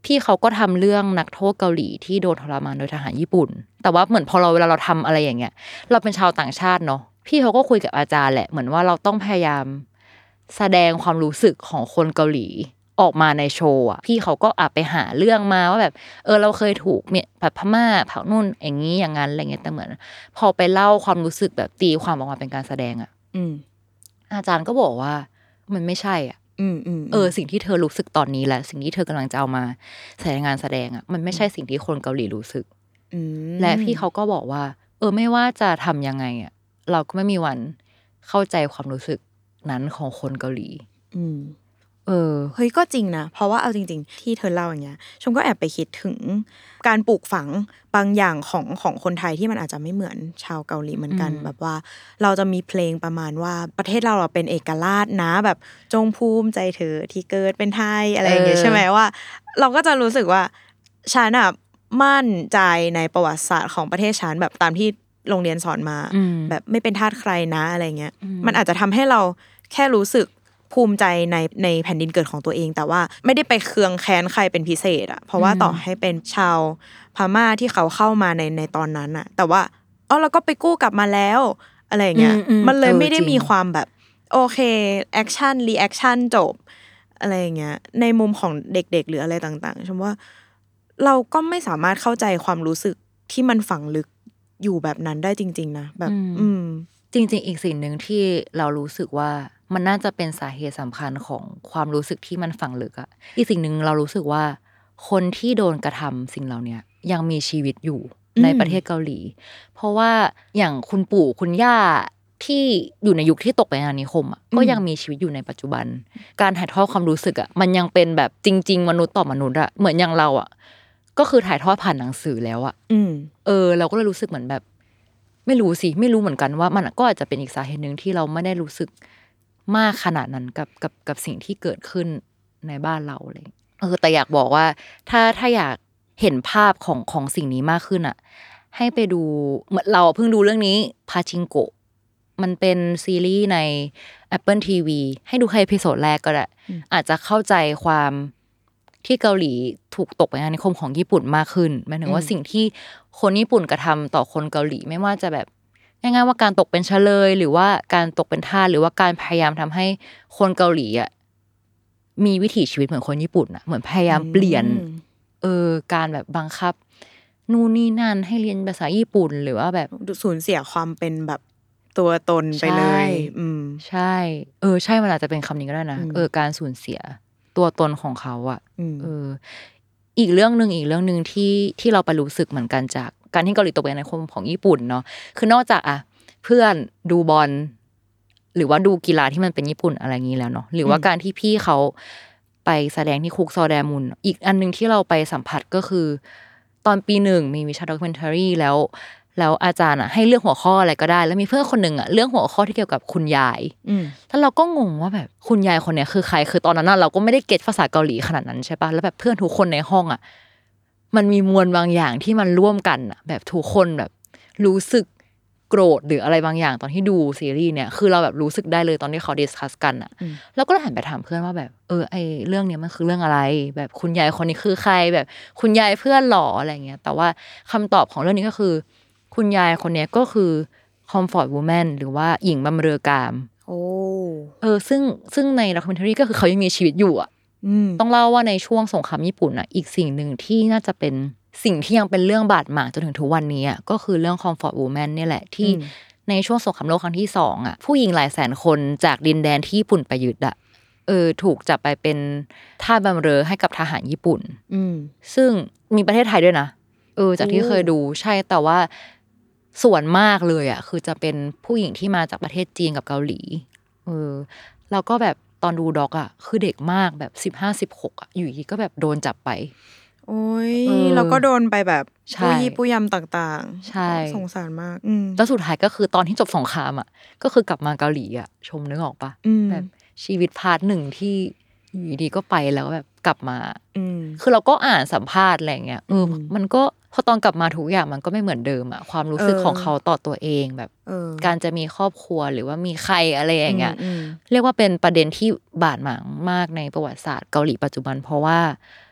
S3: พี่เขาก็ทำเรื่องนักโทษเกาหลีที่โดนทรมานโดยทหารญี่ปุ่นแต่ว่าเหมือนพอเราเวลาเราทำอะไรอย่างเงี้ยเราเป็นชาวต่างชาติเนาะพี่เขาก็คุยกับอาจารย์แหละเหมือนว่าเราต้องพยายามแสดงความรู้สึกของคนเกาหลีออกมาในโชว์อ่ะพี่เขาก็อ่ะไปหาเรื่องมาว่าแบบเออเราเคยถูกเนี่ยแบบพม่าเผานู่นอย่างนี้อย่างนั้นอะไรเงี้ยแต่เหมือนพอไปเล่าความรู้สึกแบบตีความออกมาเป็นการแสดงอ่ะ
S4: อืม
S3: อาจารย์ก็บอกว่ามันไม่ใช่อ่ะ
S4: อืมอืม
S3: เออสิ่งที่เธอรู้สึกตอนนี้แหละสิ่งที่เธอกำลังจะเอามาแสดงงานแสดงอ่ะมันไม่ใช่สิ่งที่คนเกาหลีรู้สึกและพี่เขาก็บอกว่าเออไม่ว่าจะทำยังไงอ่ะเราก็ไม่มีวันเข้าใจความรู้สึกนั้นของคนเกาหลี
S4: อืม
S3: เออ
S4: เฮ้ยก็จริงนะเพราะว่าเอาจริงๆที่เธอเล่าอย่างเงี้ยชมก็แอบไปคิดถึงการปลูกฝังบางอย่างของของคนไทยที่มันอาจจะไม่เหมือนชาวเกาหลีเหมือนกันแบบว่าเราจะมีเพลงประมาณว่าประเทศเราเราเป็นเอกราชนะแบบจงภูมิใจเธอที่เกิดเป็นไทยอะไรอย่างเงี้ยใช่ไหมว่าเราก็จะรู้สึกว่าฉันอะมั่นใจในประวัติศาสตร์ของประเทศฉันแบบตามที่โรงเรียนสอนมาแบบไม่เป็นทาสใครนะอะไรเงี้ยมันอาจจะทำให้เราแค่รู้สึกภูมิใจในในแผ่นดินเกิดของตัวเองแต่ว่าไม่ได้ไปเคืองแค้นใครเป็นพิเศษอ่ะเพราะว่าต่อให้เป็นชาวพม่าที่เขาเข้ามาในในตอนนั้นอ่ะแต่ว่าอ๋อเราก็ไปกู้กลับมาแล้วอะไรอย่างเงี้ยมันเลยไม่ได้มีความแบบโอเคแอคชั่นรีแอคชั่นจบอะไรอย่างเงี้ยในมุมของเด็กๆหรืออะไรต่างๆฉันว่าเราก็ไม่สามารถเข้าใจความรู้สึกที่มันฝังลึกอยู่แบบนั้นได้จริงๆนะแบบอืม
S3: จริงๆอีกสิ่งนึงที่เรารู้สึกว่ามันน่าจะเป็นสาเหตุสำคัญของความรู้สึกที่มันฝังลึกอ่ะอีกสิ่งนึงเรารู้สึกว่าคนที่โดนกระทำสิ่งเหล่านี้ยังมีชีวิตอยู่ในประเทศเกาหลีเพราะว่าอย่างคุณปู่คุณย่าที่อยู่ในยุคที่ตกเป็นอาณานิคมอ่ะก็ยังมีชีวิตอยู่ในปัจจุบันการถ่ายทอดความรู้สึกอ่ะมันยังเป็นแบบจริงๆมนุษย์ต่อมนุษย์อ่ะเหมือนอย่างเราอ่ะก็คือถ่ายทอดผ่านหนังสือแล้วอ่ะเออเราก็เลยรู้สึกเหมือนแบบไม่รู้สิไม่รู้เหมือนกันว่ามันก็อาจจะเป็นอีกสาเหตุนึงที่เราไม่ได้รู้สึกมากขนาดนั้นกับกับกับสิ่งที่เกิดขึ้นในบ้านเราเลยเออแต่อยากบอกว่าถ้าถ้าอยากเห็นภาพของของสิ่งนี้มากขึ้นอ่ะให้ไปดูเหมือนเราเพิ่งดูเรื่องนี้พาชิงโกะมันเป็นซีรีส์ใน Apple ที วี ให้ดูแค่เอพิโซดแรกก็ได้อาจจะเข้าใจความที่เกาหลีถูกตกเป็นอาณานิคมของญี่ปุ่นมากขึ้นหมายถึงว่าสิ่งที่คนญี่ปุ่นกระทำต่อคนเกาหลีไม่ว่าจะแบบง่ายๆว่าการตกเป็นเฉลยหรือว่าการตกเป็นทาสหรือว่าการพยายามทำให้คนเกาหลีอ่ะมีวิถีชีวิตเหมือนคนญี่ปุ่นอ่ะเหมือนพยายามเปลี่ยนเออการแบบบังคับนู่นนี่นั่นให้เรียนภาษาญี่ปุ่นหรือว่าแบบ
S4: สูญเสียความเป็นแบบตัวตนไปเลยอืม
S3: ใช่เออใช่มันอาจจะเป็นคำนี้ก็ได้นะเออการสูญเสียตัวตนของเขาอ่ะเอออีกเรื่องนึงอีกเรื่องนึงที่ที่เราไปรู้สึกเหมือนกันจากการที่เกาหลีตกเป็นอาณานิคมของญี่ปุ่นเนาะคือนอกจากอ่ะเพื่อนดูบอลหรือว่าดูกีฬาที่มันเป็นญี่ปุ่นอะไรอย่างนี้แล้วเนาะหรือว่าการที่พี่เขาไปแสดงที่คุกซอแดมุนอีกอันนึงที่เราไปสัมผัสก็คือตอนปีหนึ่งมีวิชาด็อกเมนทารีแล้วแล้วอาจารย์อ่ะให้เลือกหัวข้ออะไรก็ได้แล้วมีเพื่อนคนนึงอ่ะเลือกหัวข้อที่เกี่ยวกับคุณยายแล้วเราก็งงว่าแบบคุณยายคนเนี้ยคือใครคือตอนนั้นเราก็ไม่ได้เก็ตภาษาเกาหลีขนาดนั้นใช่ปะแล้วแบบเพื่อนทุกคนในห้องอ่ะมันมีมวลบางอย่างที่มันร่วมกันอ่ะแบบทุกคนแบบรู้สึกโกรธหรืออะไรบางอย่างตอนที่ดูซีรีส์เนี่ยคือเราแบบรู้สึกได้เลยตอนที่เขาดิสคัสกันอ่ะแล้วก็เลยหันไปถามเพื่อนว่าแบบเออไอเรื่องนี้มันคือเรื่องอะไรแบบคุณยายคนนี้คือใครแบบคุณยายเพื่อนหรออะไรเงี้ยแต่ว่าคำตอบของเรื่องนี้ก็คือคุณยายคนนี้ก็คือ comfort woman หรือว่าหญิงบำเรอกาม
S4: โอ้
S3: เออซึ่งซึ่งในด็อกเมนทารีก็คือเขายังมีชีวิตอยู่อ่ะต้องเล่าว่าในช่วงสงครามญี่ปุ่นอ่ะอีกสิ่งหนึ่งที่น่าจะเป็นสิ่งที่ยังเป็นเรื่องบาดหมางจนถึงทุกวันนี้อ่ะก็คือเรื่อง comfort woman เนี่ยแหละที่ในช่วงสงครามโลกครั้งที่สองอ่ะผู้หญิงหลายแสนคนจากดินแดนที่ญี่ปุ่นไปยึดอ่ะเออถูกจับไปเป็นทาสบำเรอให้กับทหารญี่ปุ่นซึ่งมีประเทศไทยด้วยนะเออจากที่เคยดูใช่แต่ว่าส่วนมากเลยอ่ะคือจะเป็นผู้หญิงที่มาจากประเทศจีนกับเกาหลีเออแล้วก็แบบตอนดูด็อกอ่ะคือเด็กมากแบบสิบห้า สิบหกอ่ะอยู่ดีก็แบบโดนจับไป
S4: โอ้ยแล้วก็โดนไปแบบปุยปุยยำต่าง
S3: ๆใช่
S4: สงสารมาก
S3: แล้วสุดท้ายก็คือตอนที่จบสงครามอ่ะก็คือกลับมาเกาหลีอ่ะชมนึกออกปะแบบชีวิตพาร์ทหนึ่งที่อยู่ดีก็ไปแล้วแบบกลับมาคือเราก็อ่านสัมภาษณ์อะไรเงี้ยเออมันก็พอตอนกลับมาทุกอย่างมันก็ไม่เหมือนเดิมอ่ะความรู้สึกของเขาต่อตัวเองแบบการจะมีครอบครัวหรือว่ามีใครอะไรอย่างเงี้ยเรียกว่าเป็นประเด็นที่บาดหมางมากในประวัติศาสตร์เกาหลีปัจจุบันเพราะว่า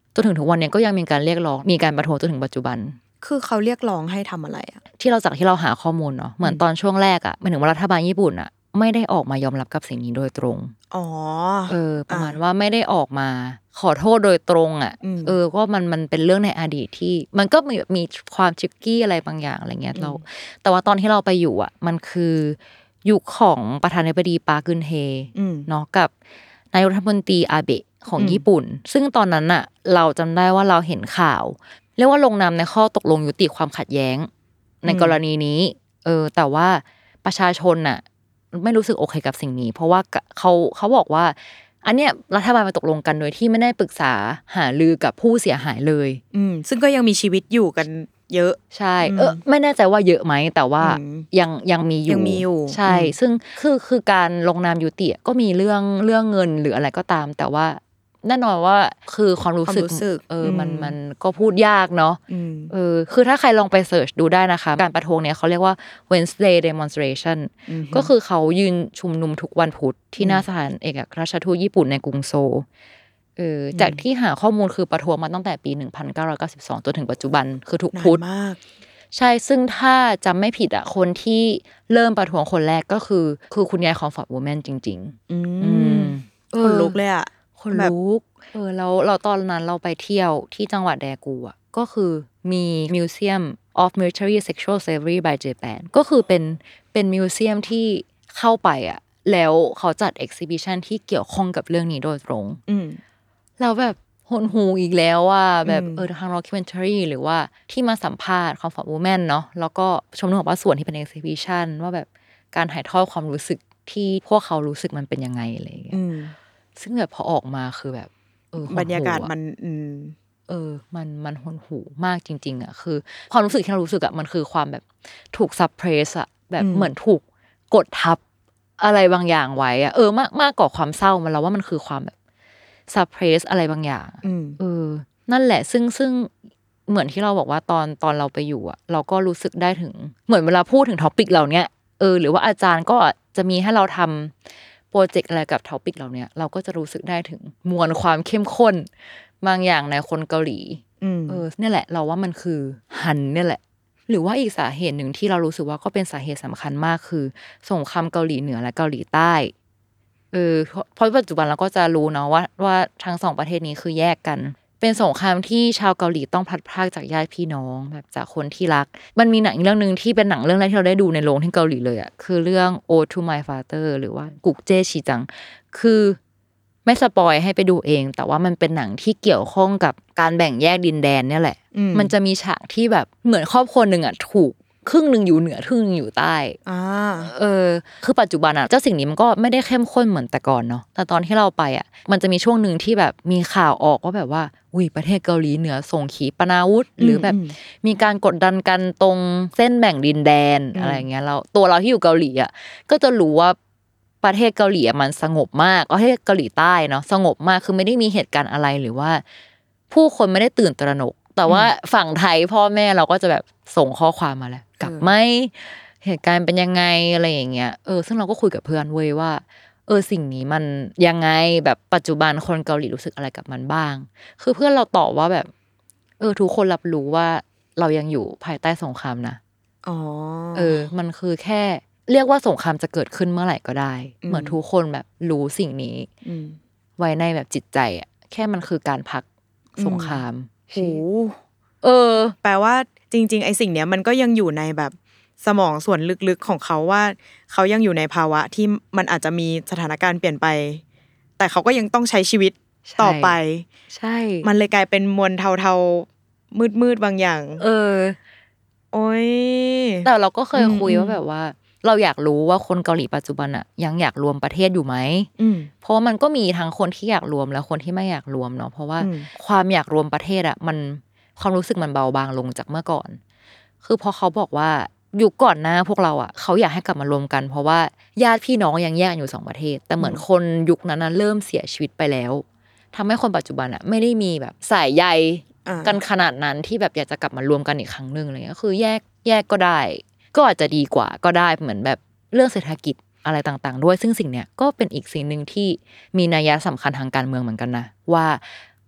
S3: จนถึงทุกวันนี้ก็ยังมีการเรียกร้องมีการประท้วงจนถึงปัจจุบัน
S4: คือเขาเรียกร้องให้ทำอะไรอ่ะ
S3: ที่เราจากที่เราหาข้อมูลเนาะเหมือนตอนช่วงแรกอ่ะหมายถึงว่ารัฐบาลญี่ปุ่นอ่ะไม่ได้ออกมายอมรับกับสิ่งนี้โดยตรง
S4: อ๋อ
S3: เออประมาณว่าไม่ได้ออกมาขอโทษโดยตรงอ่ะเออก็มันมันเป็นเรื่องในอดีตที่มันก็มีมีความทริกกี้อะไรบางอย่างอะไรเงี้ยเราแต่ว่าตอนที่เราไปอยู่อ่ะมันคือยุคของประธานาธิบดีปาร์คกึนเฮเนาะกับนายกรัฐมนตรีอาเบะของญี่ปุ่นซึ่งตอนนั้นน่ะเราจำได้ว่าเราเห็นข่าวเรียกว่าลงนามในข้อตกลงยุติความขัดแย้งในกรณีนี้เออแต่ว่าประชาชนน่ะไม่รู้สึกโอเคกับสิ่งนี้เพราะว่าเขาเขาบอกว่าอันเนี้ยรัฐบาลมาตกลงกันโดยที่ไม่ได้ปรึกษาหารือกับผู้เสียหายเลย
S4: อืมซึ่งก็ยังมีชีวิตอยู่กันเยอะ
S3: ใช่เออไม่แน่ใจว่าเยอะไหมแต่ว่ายังยังมีอยู่
S4: ยังมีอยู่
S3: ใช่ซึ่งคือคือการลงนามยุติก็มีเรื่องเรื่องเงินหรืออะไรก็ตามแต่ว่าแน่นอนว่าคือความรู้สึกเออมันมันก็พูดยากเนาะเออคือถ้าใครลองไปเสิร์ชดูได้นะคะการประท้วงเนี่ยเขาเรียกว่า Wednesday demonstration ก็คือเขายืนชุมนุมทุกวันพุธที่หน้าสถานเอกอัครราชทูตญี่ปุ่นในกรุงโซลเออจากที่หาข้อมูลคือประท้วงมาตั้งแต่ปีหนึ่งพันเก้าร้อยเก้าสิบสองจนถึงปัจจุบันคือทุกพุธใช่ซึ่งถ้าจำไม่ผิดอ่ะคนที่เริ่มประท้วงคนแรกก็คือคือคุณยายคอมฟอร์ตวูแมนจริงๆอืม
S4: คนลุกเลยอ่ะ
S3: คนลุกเออแล้วเราตอนนั้นเราไปเที่ยวที่จังหวัดแดกูอ่ะก็คือมี Museum of Military Sexual Slavery by Japan ก็คือเป็นเป็นมิวเซียมที่เข้าไปอ่ะแล้วเขาจัด exhibition ที่เกี่ยวข้องกับเรื่องนี้โดยตรงแล้วแบบหดหูอีกแล้วว่าแบบเออทาง documentary หรือว่าที่มาสัมภาษณ์ Comfort Women เนาะแล้วก็ชมนึกว่าส่วนที่เป็น exhibition ว่าแบบการถ่ายทอดความรู้สึกที่พวกเขารู้สึกมันเป็นยังไงอะไรอย่างเงี้ยซึ่งแบบพอออกมาคือแบบเออบ
S4: รรยากาศมัน
S3: เออมันมันหดหูมากจริงๆอ่ะคือความรู้สึกที่เรารู้สึกอ่ะมันคือความแบบถูกซับเพรสอ่ะแบบเหมือนถูกกดทับอะไรบางอย่างไว้อ่ะเออมากมากกว่าความเศร้ามันเราว่ามันคือความแบบซับเพรสอะไรบางอย่างเออนั่นแหละซึ่งซึ่งเหมือนที่เราบอกว่าตอนตอนเราไปอยู่อ่ะเราก็รู้สึกได้ถึงเหมือนเวลาพูดถึงท็อปิกเหล่านี้เออหรือว่าอาจารย์ก็จะมีให้เราทำโปรเจกต์อะไรกับท็อปิกเหล่านี้เราก็จะรู้สึกได้ถึงมวลความเข้มข้นบางอย่างในคนเกาหลีเออเนี่ยแหละเราว่ามันคือฮันเนี่ยแหละหรือว่าอีกสาเหตุหนึ่งที่เรารู้สึกว่าก็เป็นสาเหตุสำคัญมากคือสงครามเกาหลีเหนือและเกาหลีใต้เออเพราะปัจจุบันเราก็จะรู้เนาะว่าว่าทั้งสองประเทศนี้คือแยกกันเป็นสงครามที่ชาวเกาหลีต้องพลัดพรากจากญาติพี่น้องแบบจากคนที่รักมันมีหนังเรื่องนึงที่เป็นหนังเรื่องแรกที่เราได้ดูในโรงที่เกาหลีเลยอ่ะคือเรื่อง Ode to My Father หรือว่ากุกเจชิจังคือไม่สปอยให้ไปดูเองแต่ว่ามันเป็นหนังที่เกี่ยวข้องกับการแบ่งแยกดินแดนเนี่ยแหละมันจะมีฉากที่แบบเหมือนครอบครัวนึงอ่ะถูกครึ่งนึงอยู่เหนือครึ่งนึงอยู่ใต้อ่าเออคือปัจจุบันอ่ะเจ้าสิ่งนี้มันก็ไม่ได้เข้มข้นเหมือนแต่ก่อนเนาะแต่ตอนที่เราไปอ่ะมันจะมีช่วงนึงที่แบบมีข่าวออกว่าแบบว่าอุ้ยประเทศเกาหลีเหนือส่งขีปนาวุธหรือแบบมีการกดดันกันตรงเส้นแบ่งดินแดนอะไรเงี้ยเราตัวเราที่อยู่เกาหลีอ่ะก็จะรู้ว่าประเทศเกาหลีมันสงบมากประเทศเกาหลีใต้เนาะสงบมากคือไม่ได้มีเหตุการณ์อะไรหรือว่าผู้คนไม่ได้ตื่นตระหนกแต่ว่าฝั่งไทยพ่อแม่เราก็จะแบบส่งข้อความมาแล้วกลับไหมเหตุการณ์เป็นยังไงอะไรอย่างเงี้ยเออซึ่งเราก็คุยกับเพื่อนเว้ยว่าเออสิ่งนี้มันยังไงแบบปัจจุบันคนเกาหลีรู้สึกอะไรกับมันบ้างคือเพื่อนเราตอบว่าแบบเออทุกคนรับรู้ว่าเรายังอยู่ภายใต้สงครามนะอ๋อเออมันคือแค่เรียกว่าสงครามจะเกิดขึ้นเมื่อไหร่ก็ได้เหมือนทุกคนแบบรู้สิ่งนี้ไว้ในแบบจิตใจอ่ะแค่มันคือการพักสงคราม
S4: โอ้
S3: เออ
S4: แปลว่าจริงๆไอ้สิ่งเนี้ยมันก็ยังอยู่ในแบบสมองส่วนลึกๆของเขาว่าเขายังอยู่ในภาวะที่มันอาจจะมีสถานการณ์เปลี่ยนไปแต่เขาก็ยังต้องใช้ชีวิตต่อไป
S3: ใช่
S4: มันเลยกลายเป็นมวลเทาๆมืดๆบางอย่าง
S3: เออ
S4: โอ้ย
S3: แต่เราก็เคยคุยว่าแบบว่าเราอยากรู้ว่าคนเกาหลีปัจจุบันอะยังอยากรวมประเทศอยู่ไหมเพราะมันก็มีทั้งคนที่อยากรวมและคนที่ไม่อยากรวมเนาะเพราะว่าความอยากรวมประเทศอะมันความรู้สึกมันเบาบางลงจากเมื่อก่อนคือพอเขาบอกว่ายุคก่อนหน้าพวกเราอ่ะเขาอยากให้กลับมารวมกันเพราะว่าญาติพี่น้องยังแยกอยู่สองประเทศแต่เหมือนคนยุคนั้นเริ่มเสียชีวิตไปแล้วทำให้คนปัจจุบันอ่ะไม่ได้มีแบบสายใยกันขนาดนั้นที่แบบอยากจะกลับมารวมกันอีกครั้งนึงอะไรเงี้ยคือแยกแยกก็ได้ก็อาจจะดีกว่าก็ได้เหมือนแบบเรื่องเศรษฐกิจอะไรต่างๆด้วยซึ่งสิ่งเนี้ยก็เป็นอีกสิ่งนึงที่มีนัยสำคัญทางการเมืองเหมือนกันนะว่า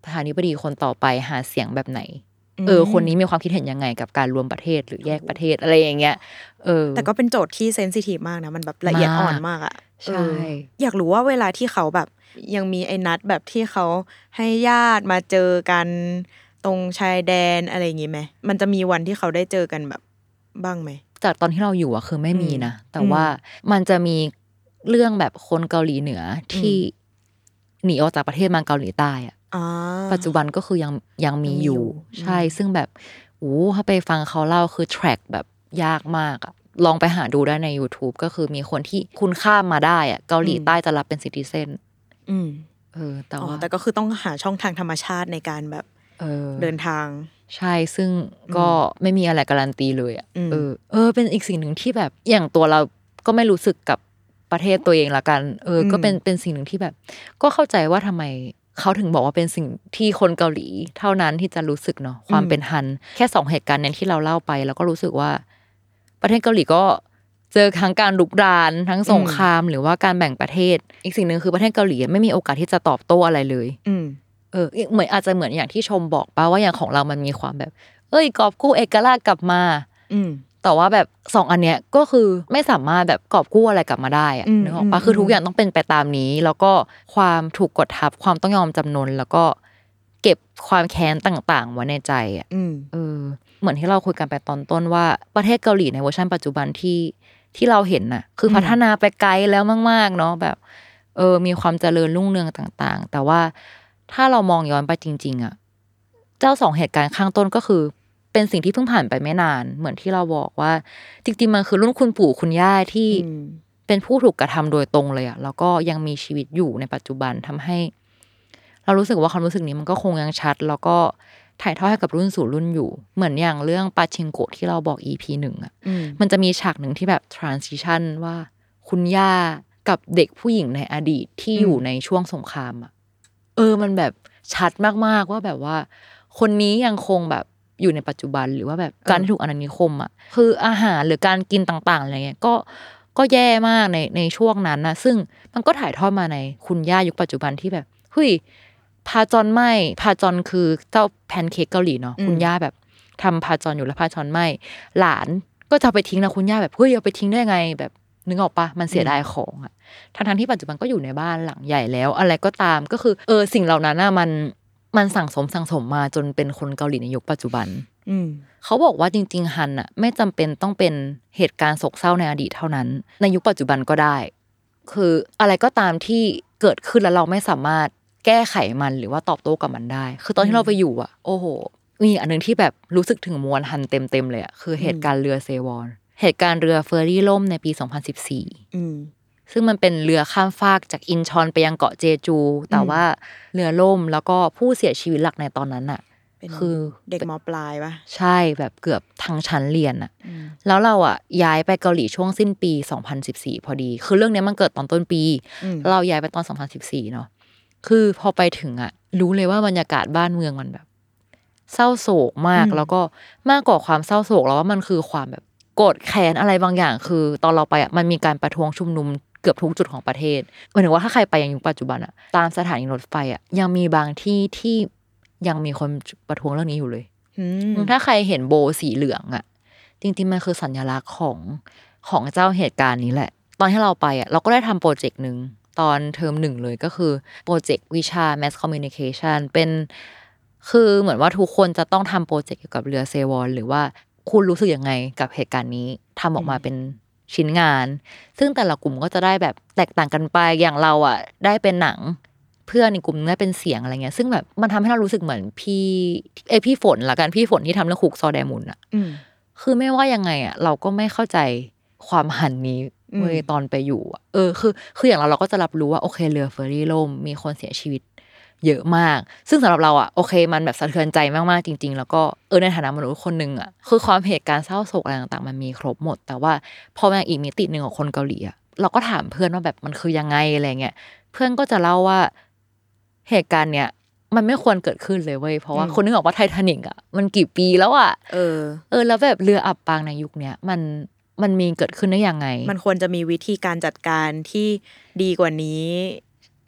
S3: ประธานาธิบดีคนต่อไปหาเสียงแบบไหนเออคนนี้มีความคิดเห็นยังไงกับการรวมประเทศหรือแยกประเทศอะไรอย่างเงี้ยเออ
S4: แต่ก็เป็นโจทย์ที่เซนซิทีฟมากนะมันแบบละเอียดอ่อนมากอ่ะ
S3: ใช่
S4: อยากรู้ว่าเวลาที่เขาแบบยังมีไอ้นัดแบบที่เขาให้ญาติมาเจอกันตรงชายแดนอะไรอย่างงี้ไหมมันจะมีวันที่เขาได้เจอกันแบบบ้างไหม
S3: จากตอนที่เราอยู่อะคือไม่มีนะแต่ว่ามันจะมีเรื่องแบบคนเกาหลีเหนือที่หนีออกจากประเทศมาเกาหลีใต้อะปัจจุบันก็คือยังยังมีอยู่ใช่ซึ่งแบบโอ้ถ้าไปฟังเขาเล่าคือแทร็กแบบยากมากอะลองไปหาดูได้ใน YouTube ก็คือมีคนที่คุณข้ามมาได้อะเกาหลีใต้จะรับเป็นซิติเซน
S4: อืม
S3: เออแต่ว่า
S4: แต่ก็คือต้องหาช่องทางธรรมชาติในการแบบเออเดินทาง
S3: ใช่ซึ่งก็ไม่มีอะไรการันตีเลยอ่ะเออเออเป็นอีกสิ่งหนึ่งที่แบบอย่างตัวเราก็ไม่รู้สึกกับประเทศตัวเองละกันเออก็เป็นเป็นสิ่งหนึ่งที่แบบก็เข้าใจว่าทำไมเขาถึงบอกว่าเป็นสิ่งที่คนเกาหลีเท่านั้นที่จะรู้สึกเนาะความเป็นฮันแค่สองเหตุการณ์นั้นที่เราเล่าไปแล้วก็รู้สึกว่าประเทศเกาหลีก็เจอทั้งการลุกรานทั้งสงครามหรือว่าการแบ่งประเทศอีกสิ่งนึงคือประเทศเกาหลีไม่มีโอกาสที่จะตอบโต้อะไรเลยเออเหมือนอาจจะเหมือนอย่างที่ชมบอกป่ะว่าอย่างของเรามันมีความแบบเอ้ยกอบกู้เอกราชกลับมาแต่ว่าแบบสองอันเนี้ยก็คือไม่สามารถแบบกอบกู้อะไรกลับมาได้อะนึกออกป่ะคือทุกอย่างต้องเป็นไปตามนี้แล้วก็ความถูกกดทับความต้องยอมจำนนแล้วก็เก็บความแค้นต่างๆไว้ในใจอ่ะเออเหมือนที่เราคุยกันไปตอนต้นว่าประเทศเกาหลีในเวอร์ชันปัจจุบันที่ที่เราเห็นน่ะคือพัฒนาไปไกลแล้วมากๆเนาะแบบเออมีความเจริญรุ่งเรืองต่างๆแต่ว่าถ้าเรามองย้อนไปจริงๆอ่ะเจ้าสองเหตุการณ์ข้างต้นก็คือเป็นสิ่งที่เพิ่งผ่านไปไม่นานเหมือนที่เราบอกว่าจริงๆมันคือรุ่นคุณปู่คุณย่าที่เป็นผู้ถูกกระทำโดยตรงเลยอ่ะแล้วก็ยังมีชีวิตอยู่ในปัจจุบันทำให้เรารู้สึกว่าความรู้สึกนี้มันก็คงยังชัดแล้วก็ถ่ายทอดให้กับรุ่นสู่รุ่นอยู่เหมือนอย่างเรื่องปาชิงโกะที่เราบอก อี พี หนึ่งอ่ะมันจะมีฉากหนึ่งที่แบบ transition ว่าคุณย่ากับเด็กผู้หญิงในอดีตที่อยู่ในช่วงสงครามอ่ะเออมันแบบชัดมากๆว่าแบบว่าคนนี้ยังคงแบบอยู่ในปัจจุบันหรือว่าแบบการที่ถูกอาณานิคมอ่ะคืออาหารหรือการกินต่างๆอะไรเงี้ยก็ก็แย่มากในในช่วงนั้นนะซึ่งมันก็ถ่ายทอดมาในคุณย่ายุคปัจจุบันที่แบบเฮ้ยพาจอนไหม้พาจอนคือเจ้าแพนเค้กเกาหลีเนาะคุณย่าแบบทำพาจอนอยู่แล้วพาจอนไหม้หลานก็จะไปทิ้งนะคุณย่าแบบเฮ้ยเอาไปทิ้งได้ไงแบบนึกออกปะมันเสียดายของอ่ะทั้งๆที่ปัจจุบันก็อยู่ในบ้านหลังใหญ่แล้วอะไรก็ตามก็คือเออสิ่งเหล่านั้นน่ะมันมันสั่งสมสั่งสมมาจนเป็นคนเกาหลีในยุคปัจจุบันเขาบอกว่าจริงๆฮันอ่ะไม่จำเป็นต้องเป็นเหตุการณ์โศกเศร้าในอดีตเท่านั้นในยุคปัจจุบันก็ได้คืออะไรก็ตามที่เกิดขึ้นแล้วเราไม่สามารถแก้ไขมันหรือว่าตอบโต้กับมันได้คือตอนที่เราไปอยู่อ่ะโอ้โหมีอันนึงที่แบบรู้สึกถึงมวลฮันเต็มๆเลยอ่ะคือเหตุการณ์เรือเซวอนเหตุการณ์เรือเฟอร์รี่ล่มในปีสองพันสิบสี่อืมซึ่งมันเป็นเรือข้ามฟากจากอินชอนไปยังเกาะเจจูแต่ว่าเรือล่มแล้วก็ผู้เสียชีวิตหลักในตอนนั้นน่ะคือ
S4: เด็กม.ปลายป่ะ
S3: ใช่แบบเกือบทั้งชั้นเรียนน่ะแล้วเราอ่ะย้ายไปเกาหลีช่วงสิ้นปีสองพันสิบสี่พอดีคือเรื่องนี้มันเกิดตอนต้นปีเราย้ายไปตอนสองพันสิบสี่เนาะคือพอไปถึงอ่ะรู้เลยว่าบรรยากาศบ้านเมืองมันแบบเศร้าโศกมากแล้วก็มากกว่าความเศร้าโศกแล้วว่ามันคือความแบบโกรธแค้นอะไรบางอย่างคือตอนเราไปอ่ะมันมีการประท้วงชุมนุมเกือบทุกจุดของประเทศหมายถึงว่าถ้าใครไปยังยุคปัจจุบันอ่ะตามสถานีรถไฟอ่ะยังมีบางที่ที่ยังมีคนประท้วงเรื่องนี้อยู่เลยถ้าใครเห็นโบสีเหลืองอ่ะจริงๆมันคือสัญลักษณ์ของของเจ้าเหตุการณ์นี้แหละตอนที่เราไปอ่ะเราก็ได้ทำโปรเจกต์นึงตอนเทอมหนึ่งเลยก็คือโปรเจกต์วิชา Mass Communication เป็นคือเหมือนว่าทุกคนจะต้องทำโปรเจกต์เกี่ยวกับเรือเซวอนหรือว่าคุณรู้สึกยังไงกับเหตุการณ์นี้ทำออกมาเป็นชิ้นงานซึ่งแต่ละกลุ่มก็จะได้แบบแตกต่างกันไปอย่างเราอ่ะได้เป็นหนังเพื่อนในกลุ่มได้เป็นเสียงอะไรเงี้ยซึ่งแบบมันทำให้เรารู้สึกเหมือนพี่เอพี่ฝนละกันพี่ฝนที่ทำเรื่องคุกซอแดมุนอ่ะคือไม่ว่ายังไงอ่ะเราก็ไม่เข้าใจความหันนี้เมื่อตอนไปอยู่อ่ะเออคือคืออย่างเราเราก็จะรับรู้ว่าโอเคเรือเฟอร์รี่ล่มมีคนเสียชีวิตเยอะมากซึ่งสำหรับเราอ่ะโอเคมันแบบสะเทือนใจมากๆจริงๆแล้วก็เออในฐานะมนุษย์คนนึงอ่ะคือความเหตุการณ์เศร้าโศกอะไรต่างๆมันมีครบหมดแต่ว่าพอมาอีกมิตินึงของคนเกาหลีอ่ะเราก็ถามเพื่อนว่าแบบมันคือยังไงอะไรเงี้ยเพื่อนก็จะเล่าว่าเหตุการณ์เนี้ยมันไม่ควรเกิดขึ้นเลยเว้ยเพราะว่าคนนึกออกว่าไททานิคอ่ะมันกี่ปีแล้วอ่ะเออเออแล้วแบบเรืออับปางในยุคเนี้ยมันมันมีเกิดขึ้นได้ยังไง
S4: มันควรจะมีวิธีการจัดการที่ดีกว่านี้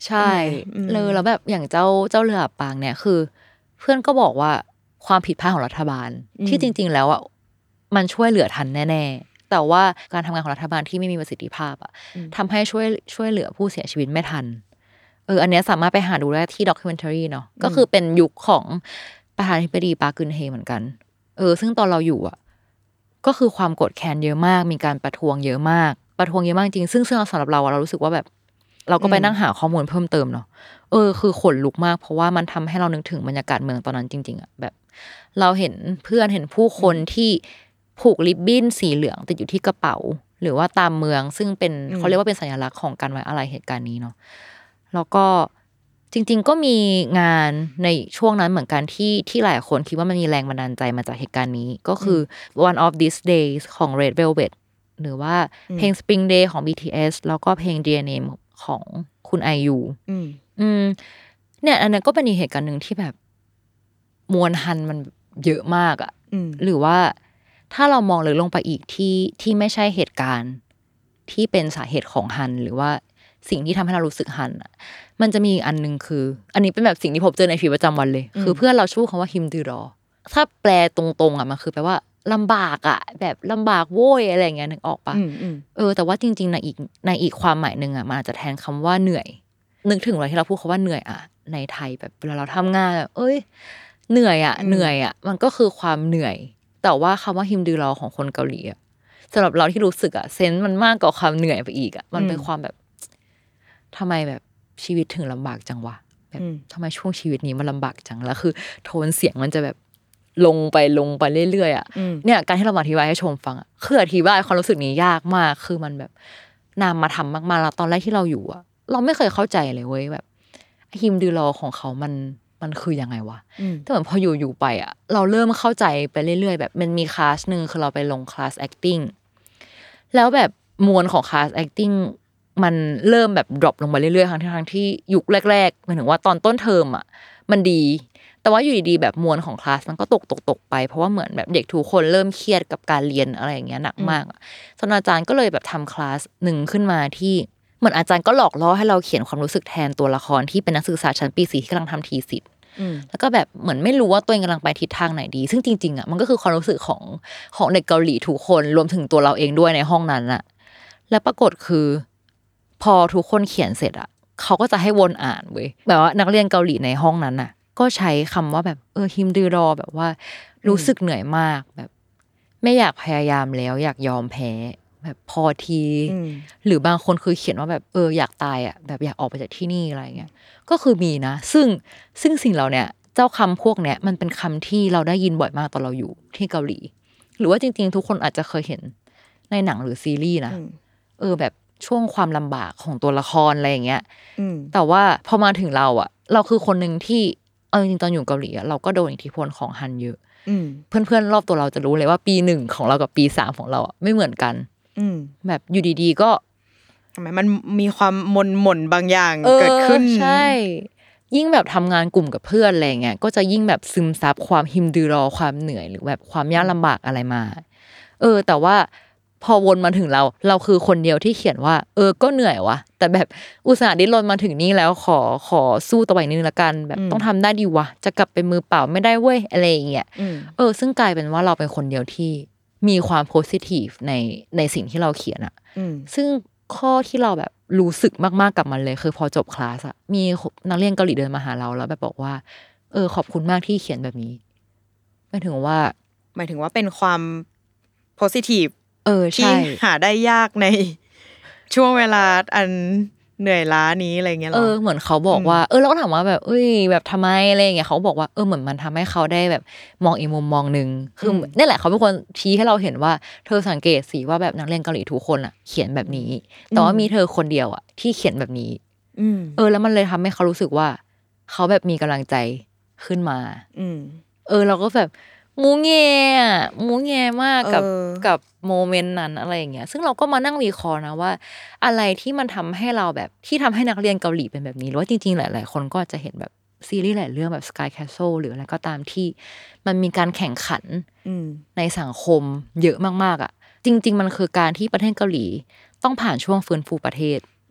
S3: ใช่เลยแล้วแบบอย่างเจ้าเจ้าเรืออับปางเนี่ยคือเพื่อนก็บอกว่าความผิดพลาดของรัฐบาลที่จริงๆแล้วอ่ะมันช่วยเหลือทันแน่ๆแต่ว่าการทำงานของรัฐบาลที่ไม่มีประสิทธิภาพอ่ะทำให้ช่วยช่วยเหลือผู้เสียชีวิตไม่ทันเอออันนี้สามารถไปหาดูได้ที่ด็อกิเมนทารีเนาะก็คือเป็นยุคของประธานาธิบดีปาร์คกึนเฮเหมือนกันเออซึ่งตอนเราอยู่อ่ะก็คือความโกรธแค้นเยอะมากมีการประท้วงเยอะมากประท้วงเยอะมากจริงซึ่งซึ่งสำหรับเราเรารู้สึกว่าแบบเราก็ไปนั่งหาข้อมูลเพิ่มเติมเนาะเออคือขนลุกมากเพราะว่ามันทำให้เรานึกถึงบรรยากาศเมืองตอนนั้นจริงๆอ่ะแบบเราเห็นเพื่อนเห็นผู้คนที่ผูกริบบิ้นสีเหลืองติดอยู่ที่กระเป๋าหรือว่าตามเมืองซึ่งเป็นเขาเรียกว่าเป็นสัญลักษณ์ของการไว้อาลัยเหตุการณ์นี้เนาะแล้วก็จริงๆก็มีงานในช่วงนั้นเหมือนกันที่ที่หลายคนคิดว่ามันมีแรงบันดาลใจมาจากเหตุการณ์นี้ก็คือ One of These Days ของ Red Velvet หรือว่าเพลง Spring Day ของ บี ที เอส แล้วก็เพลง Dear Name ของคุณ ไอ ยู อืมอืมเนี่ยอันนั้นก็เป็นอีกเหตุการณ์นึงที่แบบมวลฮันมันเยอะมากอ่ะหรือว่าถ้าเรามองลึกลงไปอีกที่ที่ไม่ใช่เหตุการณ์ที่เป็นสาเหตุของฮันหรือว่าสิ่งที่ทำให้เรารู้สึกฮันอ่ะมันจะมีอันนึงคืออันนี้เป็นแบบสิ่งที่พบเจอในชีวิตประจำวันเลยคือเพื่อนเราชื่อคำว่าฮิมดือรอถ้าแปลตรงๆอ่ะมันคือแปลว่าลำบากอ่ะแบบลำบากโว้ยอะไรอย่างเงี้ยนึกออกปะเออแต่ว่าจริงๆในอีกในอีกความหมายนึงอ่ะมันอาจจะแทนคำว่าเหนื่อยนึกถึงอะไรที่เราพูดคำว่าเหนื่อยอ่ะในไทยแบบเวลาเราทำงานแบบเอ้ยเหนื่อยอ่ะเหนื่อยอ่ะมันก็คือความเหนื่อยแต่ว่าคำว่าฮิมดือรอของคนเกาหลีอ่ะสำหรับเราที่รู้สึกอ่ะเซนส์มันมากกว่าความเหนื่อยไปอีกอ่ะมันเป็นความแบบทำไมแบบชีวิตถึงลำบากจังวะแบบทำไมช่วงชีวิตนี้มันลำบากจังแล้วคือโทนเสียงมันจะแบบลงไปลงไปเรื่อยๆอ่ะเนี่ยการที่เราอธิบายให้ชมฟังอ่ะคืออธิบายความรู้สึกนี้ยากมากคือมันแบบนามมาทำมากๆแล้วตอนแรกที่เราอยู่อ่ะเราไม่เคยเข้าใจเลยเว้ยแบบฮิมดือรอของเขามันมันคือยังไงวะแต่เหมือนพออยู่ๆไปอ่ะเราเริ่มเข้าใจไปเรื่อยๆแบบมันมีคลาสนึงคือเราไปลงคลาส acting แล้วแบบมวลของคลาส actingมันเริ่มแบบดรอปลงมาเรื่อยๆทั้งที่ทั้งที่ยุคแรกๆหมายถึงว่าตอนต้นเทอมอ่ะมันดีแต่ว่าอยู่ดีๆแบบมวลของคลาสมันก็ตกตกตกไปเพราะว่าเหมือนแบบเด็กทุกคนเริ่มเครียดกับการเรียนอะไรอย่างเงี้ยหนักมากอ่ะศาสตราจารย์ก็เลยแบบทำคลาสหนึ่งขึ้นมาที่เหมือนอาจารย์ก็หลอกล่อให้เราเขียนความรู้สึกแทนตัวละครที่เป็นนักศึกษาชั้นปีสี่ที่กำลังทำทีสิทธ์แล้วก็แบบเหมือนไม่รู้ว่าตัวเองกำลังไปทิศทางไหนดีซึ่งจริงๆอ่ะมันก็คือความรู้สึกของของเด็กเกาหลีทุกคนรวมถึงตัวเราเองด้วยในห้องนั้นอ่ะแล้วปรากฏคือพอทุกคนเขียนเสร็จอ่ะเขาก็จะให้วนอ่านเว้ยแบบว่านักเรียนเกาหลีในห้องนั้นน่ะก็ใช้คำว่าแบบเออฮิมดือรอแบบว่ารู้สึกเหนื่อยมากแบบไม่อยากพยายามแล้วอยากยอมแพ้แบบพอทีหรือบางคนคือเขียนว่าแบบเอออยากตายอ่ะแบบอยากออกไปจากที่นี่อะไรเงี้ยก็คือมีนะซึ่งซึ่งสิ่งเราเนี่ยเจ้าคำพวกเนี้ยมันเป็นคำที่เราได้ยินบ่อยมากตอนเราอยู่ที่เกาหลีหรือว่าจริงๆทุกคนอาจจะเคยเห็นในหนังหรือซีรีส์นะเออแบบช่วงความลำบากของตัวละครอะไรอย่างเงี้ยแต่ว่าพอมาถึงเราอ่ะเราคือคนนึงที่เอาจริงๆตอนอยู่เกาหลีเราก็โดนอิทธิพลของฮันเยอะเพื่อนๆรอบตัวเราจะรู้เลยว่าปีหนึ่งของเรากับปีสามของเราอ่ะไม่เหมือนกันแบบอยู่ดีๆก็
S4: ทำไมมันมีความมนหม่นบางอย่างเกิดขึ้น
S3: ใช่ยิ่งแบบทำงานกลุ่มกับเพื่อนอะไรเงี้ยก็จะยิ่งแบบซึมซับความฮิมดือรอความเหนื่อยหรือแบบความยากลำบากอะไรมาเออแต่ว่าพอวนมาถึงเราเราคือคนเดียวที่เขียนว่าเออก็เหนื่อยวะแต่แบบอุตส่าห์ดิ้นรนมาถึงนี่แล้วขอขอสู้ต่อไปนิดนึงละกันแบบต้องทำได้ดีวะจะกลับไปมือเปล่าไม่ได้เว้ยอะไรอย่างเงี้ยเออซึ่งกลายเป็นว่าเราเป็นคนเดียวที่มีความโพสิทีฟในในสิ่งที่เราเขียนอ่ะซึ่งข้อที่เราแบบรู้สึกมากๆกับมันเลยคือพอจบคลาสอะมีนักเรียนเกาหลีเดินมาหาเราแล้วแบบบอกว่าเออขอบคุณมากที่เขียนแบบนี้หมายถึงว่า
S4: หมายถึงว่าเป็นความโพสิทีฟ
S3: เออใช่
S4: ที่หาได้ยากในช่วงเวลาอันเหนื่อยล้านี้อะไรเงี้ยหรอ
S3: เออเหมือนเขาบอกว่าเออเราก็ถามว่าแบบเอ้ยแบบทำไมอะไรเงี้ยเขาบอกว่าเออเหมือนมันทำให้เขาได้แบบมองอีกมุมมองนึงคือนี่แหละเขาเป็นคนชี้ให้เราเห็นว่าเธอสังเกตสิว่าแบบนักเรียนเกาหลีทุกคนอ่ะเขียนแบบนี้แต่ว่ามีเธอคนเดียวอ่ะที่เขียนแบบนี้เออแล้วมันเลยทำให้เขารู้สึกว่าเขาแบบมีกำลังใจขึ้นมาเออเราก็แบบมูเง่อะมูเง่มากกับกับโมเมนต์นั้นอะไรอย่างเงี้ยซึ่งเราก็มานั่งวิเคราะห์นะว่าอะไรที่มันทำให้เราแบบที่ทำให้นักเรียนเกาหลีเป็นแบบนี้หรือว่าจริงๆหลายๆคนก็อาจจะเห็นแบบซีรีส์หลายเรื่องแบบ Sky Castle หรืออะไรก็ตามที่มันมีการแข่งขันในสังคมเยอะมากๆอ่ะจริงๆมันคือการที่ประเทศเกาหลีต้องผ่านช่วงฟื้นฟูประเทศ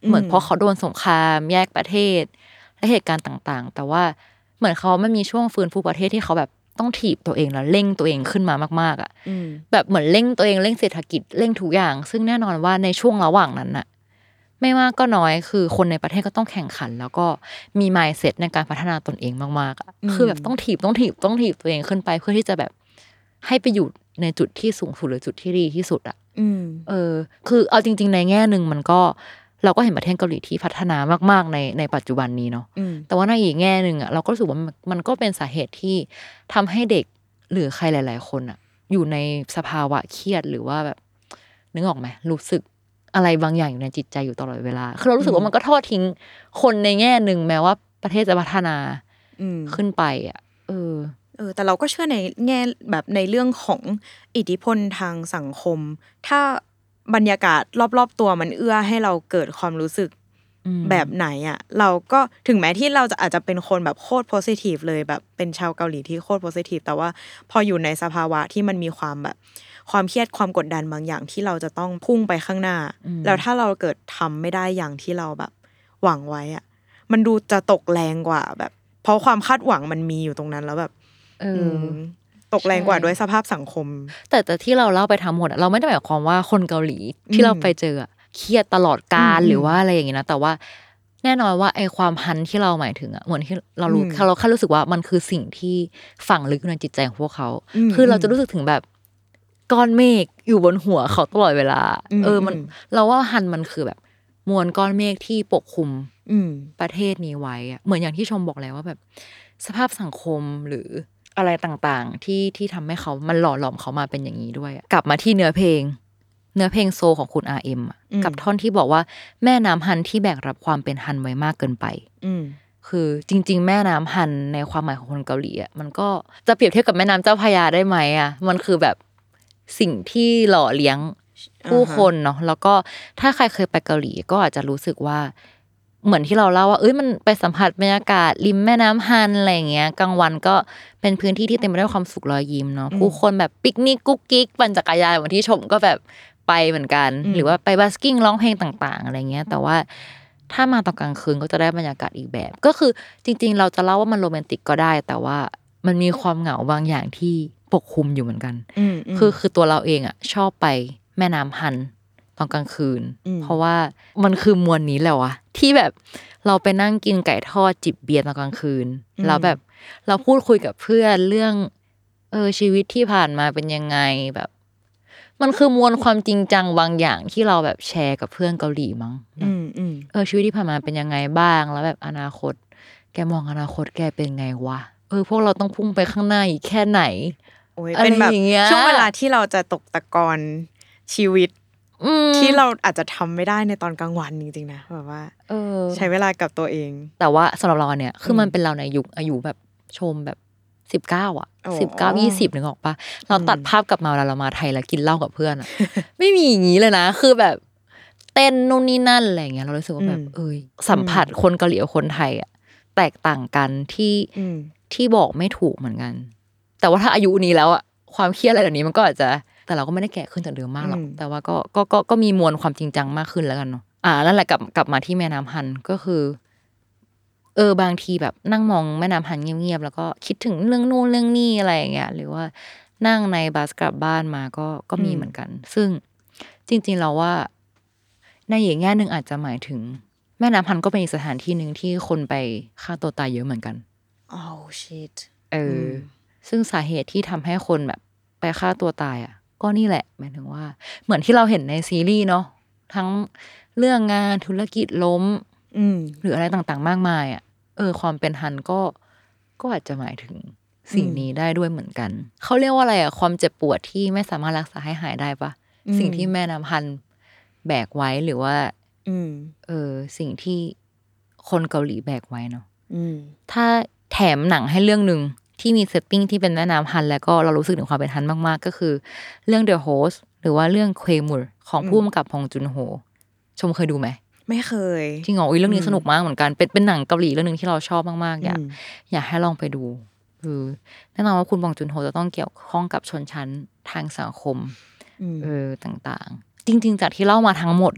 S3: เหมือนเพราะเขาโดนสงครามแยกประเทศและเหตุการณ์ต่างๆแต่ว่าเหมือนเขาไม่มีช่วงฟื้นฟูประเทศที่เขาแบบต้องถีบตัวเองแล้วเร่งตัวเองขึ้นมามากๆอ่ะแบบเหมือนเร่งตัวเองเร่งเศรษฐกิจเร่งทุกอย่างซึ่งแน่นอนว่าในช่วงระหว่างนั้นน่ะไม่มากก็น้อยคือคนในประเทศก็ต้องแข่งขันแล้วก็มี mindset ในการพัฒนาตนเองมากๆอ่ะคือแบบต้องถีบต้องถีบต้องถีบตัวเองขึ้นไปเพื่อที่จะแบบให้ไปอยู่ในจุดที่สูงสุดหรือจุดที่ดีที่สุดอ่ะเออคือเอาจริงๆในแง่นึงมันก็เราก็เห็นประเทศเกาหลีที่พัฒนามากๆในในปัจจุบันนี้เนาะแต่ว่าในอีกแง่นึงอ่ะเราก็รู้สึกว่ามันก็เป็นสาเหตุที่ทำให้เด็กหรือใครหลายๆคนอ่ะอยู่ในสภาวะเครียดหรือว่าแบบนึกออกไหมรู้สึกอะไรบางอย่างอยู่ในจิตใจอยู่ตลอดเวลาคือเรารู้สึกว่ามันก็ทอดทิ้งคนในแง่นึงแม้ว่าประเทศจะพัฒนาขึ้นไปอ่ะเออ
S4: เออแต่เราก็เชื่อในแง่แบบในเรื่องของอิทธิพลทางสังคมถ้าบรรยากาศรอบๆตัวมันเอื้อให้เราเกิดความรู้สึกแบบไหนอ่ะเราก็ถึงแม้ที่เราจะอาจจะเป็นคนแบบโคตรโพสิทีฟเลยแบบเป็นชาวเกาหลีที่โคตรโพสิทีฟแต่ว่าพออยู่ในสภาวะที่มันมีความแบบความเครียดความกดดันบางอย่างที่เราจะต้องพุ่งไปข้างหน้าแล้วถ้าเราเกิดทำไม่ได้อย่างที่เราแบบหวังไว้อ่ะมันดูจะตกแรงกว่าแบบเพราะความคาดหวังมันมีอยู่ตรงนั้นแล้วแบบตกแรงกว่าด้วยสภาพสังคม
S3: แต่แต่ที่เราเล่าไปทั้งหมดเราไม่ได้หมายความว่าคนเกาหลีที่เราไปเจอเครียดตลอดกาลหรือว่าอะไรอย่างงี้นะแต่ว่าแน่นอนว่าไอ้ความฮันที่เราหมายถึงอ่ะเหมือนที่เรารู้เราแค่รู้สึกว่ามันคือสิ่งที่ฝังลึกในจิตใจของพวกเขาคือเราจะรู้สึกถึงแบบก้อนเมฆอยู่บนหัวเขาตลอดเวลาเออมันเราว่าฮันมันคือแบบมวลก้อนเมฆที่ปกคลุมประเทศนี้ไว้อ่ะเหมือนอย่างที่ชมบอกแล้วว่าแบบสภาพสังคมหรืออะไรต่างๆที่ที่ทำให้เขามันหล่อหลอมเขามาเป็นอย่างนี้ด้วยกลับมาที่เนื้อเพลงเนื้อเพลงโซของคุณ อาร์ เอ็ม อ่ะกับท่อนที่บอกว่าแม่น้ำฮันที่แบกรับความเป็นฮันไว้มากเกินไปคือจริงๆแม่น้ำฮันในความหมายของคนเกาหลีอ่ะมันก็จะเปรียบเทียบกับแม่น้ำเจ้าพระยาได้ไหมอ่ะมันคือแบบสิ่งที่หล่อเลี้ยงผู้คนเนาะแล้วก็ถ้าใครเคยไปเกาหลีก็อาจจะรู้สึกว่าเหมือนที่เราเล่าว่าเอ้ยมันไปสัมผัสบรรยากาศริมแม่น้ำฮันอะไรอย่างเงี้ยกลางวันก็เป็นพื้นที่ที่เต็มไปด้วยความสุขรอยยิ้มเนาะผู้คนแบบปิกนิกกุ๊กกิ๊กปั่นจักรยานวันที่ชมก็แบบไปเหมือนกันหรือว่าไปบัสกิ้งร้องเพลงต่างๆอะไรเงี้ยแต่ว่าถ้ามาตอนกลางคืนก็จะได้บรรยากาศอีกแบบก็คือจริงๆเราจะเล่าว่ามันโรแมนติกก็ได้แต่ว่ามันมีความเหงาบางอย่างที่ปกคลุมอยู่เหมือนกันคือคือตัวเราเองอ่ะชอบไปแม่น้ำฮันตอนกลางคืนเพราะว่ามันคือมวลนี้แหละวะที่แบบเราไปนั่งกินไก่ทอดจิบเบียร์ตอนกลางคืนแล้วแบบเราพูดคุยกับเพื่อนเรื่องเออชีวิตที่ผ่านมาเป็นยังไงแบบมันคือมวลความจริงจังบางอย่างที่เราแบบแชร์กับเพื่อนเกาหลีมั้งเออชีวิตที่ผ่านมาเป็นยังไงบ้างแล้วแบบอนาคตแกมองอนาคตแกเป็นไงวะเออพวกเราต้องพุ่งไปข้างหน้าอีกแค่ไหน
S4: โอ้ยเป็นแบบช่วงเวลาที่เราจะตกตะกอนชีวิตที่เราอาจจะทำไม่ได้ในตอนกลางวันจริงๆนะแบบว่าใช้เวลากับตัวเอง
S3: แต่ว่าสำหรับเราเนี่ยคือมันเป็นเราในยุคอายุแบบชมแบบสิบเก้าอ่ะสิบเก้า ยี่สิบนึกออกปะเราตัดภาพกลับมาเวลาเรามาไทยแล้วกินเหล้ากับเพื่อนอ่ะ ไม่มีอย่างนี้เลยนะคือแบบเต้นนู่นนี่นั่นอะไรเงี้ยเรารู้สึกว่าแบบเอ้ยสัมผัสคนเกาหลีกับคนไทยอ่ะแตกต่างกันที่ที่บอกไม่ถูกเหมือนกันแต่ว่าถ้าอายุนี้แล้วอ่ะความเครียดอะไรแบบนี้มันก็อาจจะแต่เราก็ไม่ได้แก่ขึ้นจากเดิมมากหรอกแต่ว่าก็ก็ก็ก็มีมวลความจริงจังมากขึ้นแล้วกันเนาะอ่านั่นแหละกลับกลับมาที่แม่น้ำฮันก็คือเออบางทีแบบนั่งมองแม่น้ำฮันเงียบๆแล้วก็คิดถึงเรื่องนู่นเรื่องนี่อะไรอย่างเงี้ยหรือว่านั่งในบัสกลับบ้านมาก็ก็มีเหมือนกันซึ่งจริงๆเราว่าในอีกแง่นึงอาจจะหมายถึงแม่น้ำฮันก็เป็นอีกสถานที่นึงที่คนไปฆ่าตัวตายเยอะเหมือนกัน
S4: อ๋อ shit
S3: เออซึ่งสาเหตุที่ทำให้คนแบบไปฆ่าตัวตายอ่ะก็นี่แหละหมายถึงว่าเหมือนที่เราเห็นในซีรีส์เนาะทั้งเรื่องงานธุรกิจล้มหรืออะไรต่างๆมากมายอ่ะเออความเป็นฮันก็ก็อาจจะหมายถึงสิ่งนี้ได้ด้วยเหมือนกันเขาเรียกว่าอะไรอ่ะความเจ็บปวดที่ไม่สามารถรักษาให้หายได้ปะสิ่งที่แม่น้ำฮันแบกไว้หรือว่าเออสิ่งที่คนเกาหลีแบกไว้เนาะถ้าแถมหนังให้เรื่องนึงที่มีเซตติ้งที่เป็นแม่น้ำฮันแล้วก็เรารู้สึกถึงความเป็นฮันมากๆก็คือเรื่อง The Host หรือว่าเรื่องเควมูร์ของผู้กำกับพงจุนโฮชมเคยดูไหม
S4: ไม่เคย
S3: จริงเหรออุ๊ยเรื่องนี้สนุกมากเหมือนกันเป็นเป็นหนังเกาหลีเรื่องนึงที่เราชอบมากๆอยากอยากให้ลองไปดูคือแน่นอนว่าคุณบองจุนโฮจะต้องเกี่ยวข้องกับชนชั้นทางสังคมเออต่างๆจริงๆจากที่เล่ามาทั้งหมดอะ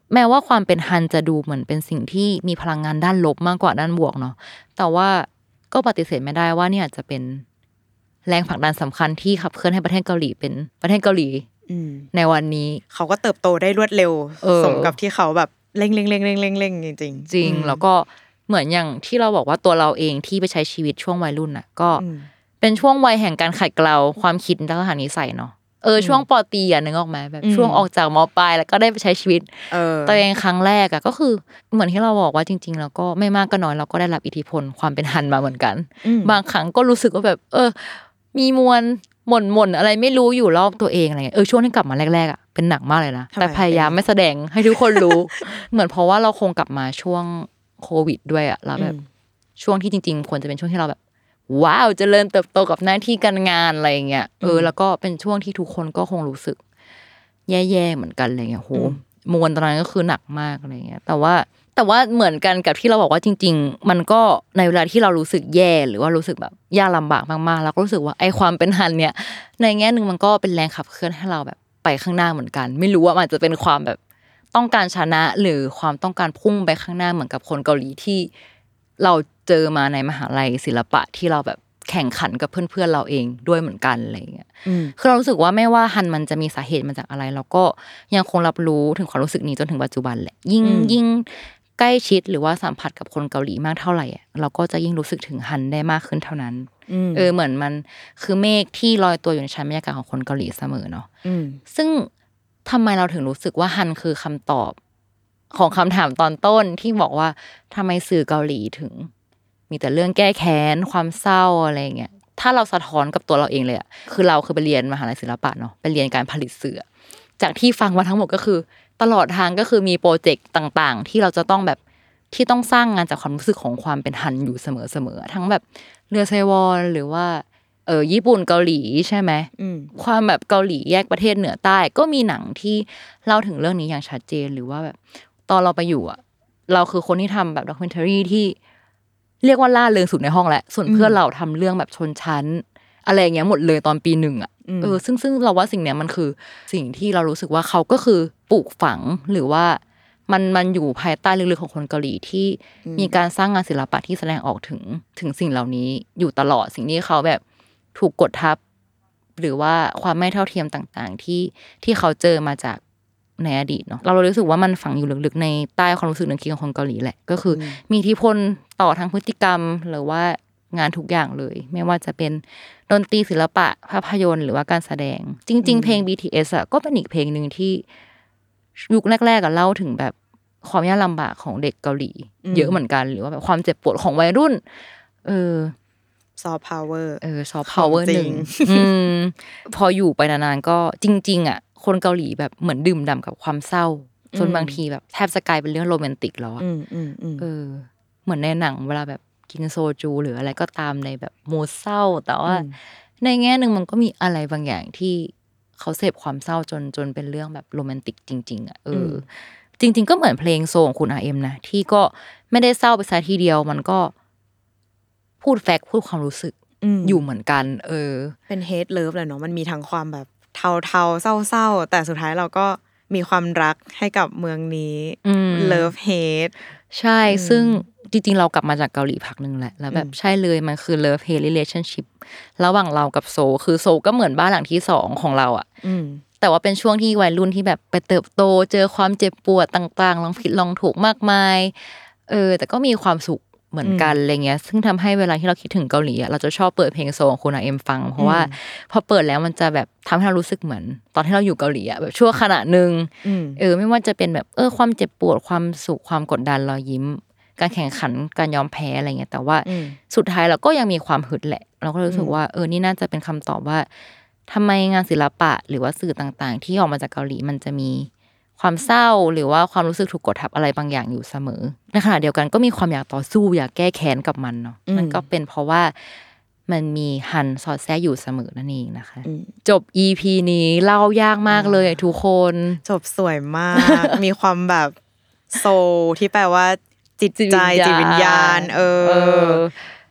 S3: แม้ว่าความเป็นฮันจะดูเหมือนเป็นสิ่งที่มีพลังงานด้านลบมากกว่าด้านบวกเนาะแต่ว่าก็ปฏิเสธไม่ได้ว่าเนี่ยอาจจะเป็นแรงผลักดันสำคัญที่ขับเคลื่อนให้ประเทศเกาหลีเป็นประเทศเกาหลีในวันนี้
S4: เขาก็เติบโตได้รวดเร็วสมกับที่เขาแบบเร่งๆๆๆๆจริงๆ
S3: จริงแล้วก็เหมือนอย่างที่เราบอกว่าตัวเราเองที่ไปใช้ชีวิตช่วงวัยรุ่นน่ะก็เป็นช่วงวัยแห่งการขัดเกลาความคิดและทางนิสัยเนาะเออช่วงป.ตรีอ่ะนึกออกมั้ยแบบช่วงออกจากม.ปลายแล้วก็ได้ไปใช้ชีวิตตัวเองครั้งแรกอ่ะก็คือเหมือนที่เราบอกว่าจริงๆแล้วก็ไม่มากก็น้อยเราก็ได้รับอิทธิพลความเป็นฮันมาเหมือนกันบางครั้งก็รู้สึกว่าแบบเออมีมวลหม่นๆอะไรไม่รู้อยู่รอบตัวเองอะไรเงี้ยเออช่วงที่กลับมาแรกๆอ่ะเป็นหนักมากเลยนะแต่พยายามไม่แสดงให้ทุกคนรู้ เหมือนเพราะว่าเราคงกลับมาช่วงโควิดด้วยอ่ะแล้วแบบช่วงที่จริงๆควรจะเป็นช่วงที่เราแบบว้าวเจริญเติบโตกับหน้าที่การงานอะไรอย่างเงี้ยเออแล้วก็เป็นช่วงที่ทุกคนก็คงรู้สึกแย่ๆเหมือนกันอะไรเงี้ยโหมวลตอนนั้นก็คือหนักมากอะไรเงี้ยแต่ว่าแต่ว่าเหมือนกันกับที่เราบอกว่าจริงๆมันก็ในเวลาที่เรารู้สึกแย่หรือว่ารู้สึกแบบยากลำบากมากๆเราก็รู้สึกว่าไอ้ความเป็นฮันเนี่ยในแง่นึงมันก็เป็นแรงขับเคลื่อนให้เราแบบไปข้างหน้าเหมือนกันไม่รู้ว่ามันจะเป็นความแบบต้องการชนะหรือความต้องการพุ่งไปข้างหน้าเหมือนกับคนเกาหลีที่เราเจอมาในมหาลัยศิลปะที่เราแบบแข่งขันกับเพื่อนๆเราเองด้วยเหมือนกันอะไรอย่างเงี้ยคือเรารู้สึกว่าไม่ว่าฮันมันจะมีสาเหตุมาจากอะไรเราก็ยังคงรับรู้ถึงความรู้สึกนี้จนถึงปัจจุบันแหละยิ่งยิ่งใกล้ชิดหรือว่าสัมผัสกับคนเกาหลีมากเท่าไหร่เราก็จะยิ่งรู้สึกถึงฮันได้มากขึ้นเท่านั้นเออเหมือนมันคือเมฆที่ลอยตัวอยู่ในชั้นบรรยากาศของคนเกาหลีเสมอเนาะซึ่งทำไมเราถึงรู้สึกว่าฮันคือคำตอบของคำถามตอนต้นที่บอกว่าทำไมสื่อเกาหลีถึงมีแต่เรื่องแก้แค้นความเศร้าอะไรเงี้ยถ้าเราสะท้อนกับตัวเราเองเลยอ่ะคือเราคือไปเรียนมหาลัยศิลปะเนาะไปเรียนการผลิตสื่อจากที่ฟังมาทั้งหมดก็คือตลอดทางก็คือมีโปรเจกต์ต่างๆที่เราจะต้องแบบที่ต้องสร้างงานจากความรู้สึกของความเป็นฮันอยู่เสมอๆทั้งแบบเรือไซวอลหรือว่าเออญี่ปุ่นเกาหลีใช่ไหมความแบบเกาหลีแยกประเทศเหนือใต้ก็มีหนังที่เล่าถึงเรื่องนี้อย่างชัดเจนหรือว่าแบบตอนเราไปอยู่อ่ะเราคือคนที่ทำแบบด็อกคิวเมนทารีที่เรียกว่าล่าเริงสุดในห้องแล้วส่วนเพื่อนเราทำเรื่องแบบชนชั้นอะไรอย่างเงี้ยหมดเลยตอนปีหนึ่งอ่ะเออซึ่งซึ่งเราว่าสิ่งเนี้ยมันคือสิ่งที่เรารู้สึกว่าเขาก็คือปลูกฝังหรือว่ามันมันอยู่ภายใต้ลึกๆของคนเกาหลีที่มีการสร้างงานศิลปะที่แสดงออกถึงถึงสิ่งเหล่านี้อยู่ตลอดสิ่งที่เขาแบบถูกกดทับหรือว่าความไม่เท่าเทียมต่างๆที่ที่เขาเจอมาจากในอดีตเนาะเราเรารู้สึกว่ามันฝังอยู่ลึกๆในใต้ความรู้สึกนึกคิดของคนเกาหลีแหละก็คือมีอิทธิพลต่อทางพฤติกรรมหรือว่างานทุกอย่างเลยไม่ว่าจะเป็นดนตรีศิลปะภาพยนตร์หรือว่าการแสดงจริงๆเพลง บี ที เอส อ่ะก็เป็นอีกเพลงนึงที่ยุคแรกๆอ่ะเล่าถึงแบบความยากลำบากของเด็กเกาหลีเยอะเหมือนกันหรือว่าแบบความเจ็บปวดของวัยรุ่นเออ
S4: ซอฟต์พาวเวอร์
S3: เออซอฟต์พาวเวอร์นึงอืมพออยู่ไปนานๆก็จริงๆอ่ะคนเกาหลีแบบเหมือนดื่มด่ำกับความเศร้าจนบางทีแบบแทบจะกลายเป็นเรื่องโรแมนติกแล้วอ่ะเออเหมือนในหนังเวลาแบบกินโซจูหรืออะไรก็ตามในแบบมูดเศร้าแต่ว่าในแง่นึงมันก็มีอะไรบางอย่างที่เขาเสพความเศร้าจนจนเป็นเรื่องแบบโรแมนติกจริงๆอ่ะเออจริงๆก็เหมือนเพลงโซของคุณ อาร์ เอ็ม นะที่ก็ไม่ได้เศร้าไปซะทีเดียวมันก็พูดแฟกต์พูดความรู้สึกอยู่เหมือนกันเออ
S4: เป็นเฮทเลิฟแหละเนาะมันมีทั้งความแบบเทาๆเศร้าๆแต่สุดท้ายเราก็มีความรักให้กับเมืองนี้เลิฟเฮท
S3: ใช่ซึ่งจริงๆเรากลับมาจากเกาหลีพักนึงแหละแล้วแบบใช่เลยมันคือ love hate relationship ระหว่างเรากับโซคือโซก็เหมือนบ้านหลังที่สองของเราอ่ะแต่ว่าเป็นช่วงที่วัยรุ่นที่แบบไปเติบโตเจอความเจ็บปวดต่างๆลองผิดลองถูกมากมายเออแต่ก็มีความสุขเหมือนกันอะไรเงี้ยซึ่งทำให้เวลาที่เราคิดถึงเกาหลีอ่ะเราจะชอบเปิดเพลงโซของคุณอาเอ็มฟังเพราะว่าพอเปิดแล้วมันจะแบบทำให้เรารู้สึกเหมือนตอนที่เราอยู่เกาหลีอ่ะแบบชั่วขณะนึงเออไม่ว่าจะเป็นแบบเออความเจ็บปวดความสุขความกดดันรอยยิ้มการแข่งขันการยอมแพ้อะไรเงี้ยแต่ว่าสุดท้ายเราก็ยังมีความหึดแหละเราก็รู้สึกว่าเออนี่น่าจะเป็นคำตอบว่าทำไมงานศิลปะหรือว่าสื่อต่างๆที่ออกมาจากเกาหลีมันจะมีความเศร้าหรือว่าความรู้สึกถูกกดทับอะไรบางอย่างอยู่เสมอในขณะเดียวกันก็มีความอยากต่อสู้อยากแก้แค้นกับมันเนาะมันก็เป็นเพราะว่ามันมีฮันสอดแทรกอยู่เสมอนั่นเองนะคะจบ อี พี นี้เล่ายากมากเลยทุกคน
S4: จบสวยมาก มีความแบบโซที่แปลว่าจิตใจจิตวิญญาณเออ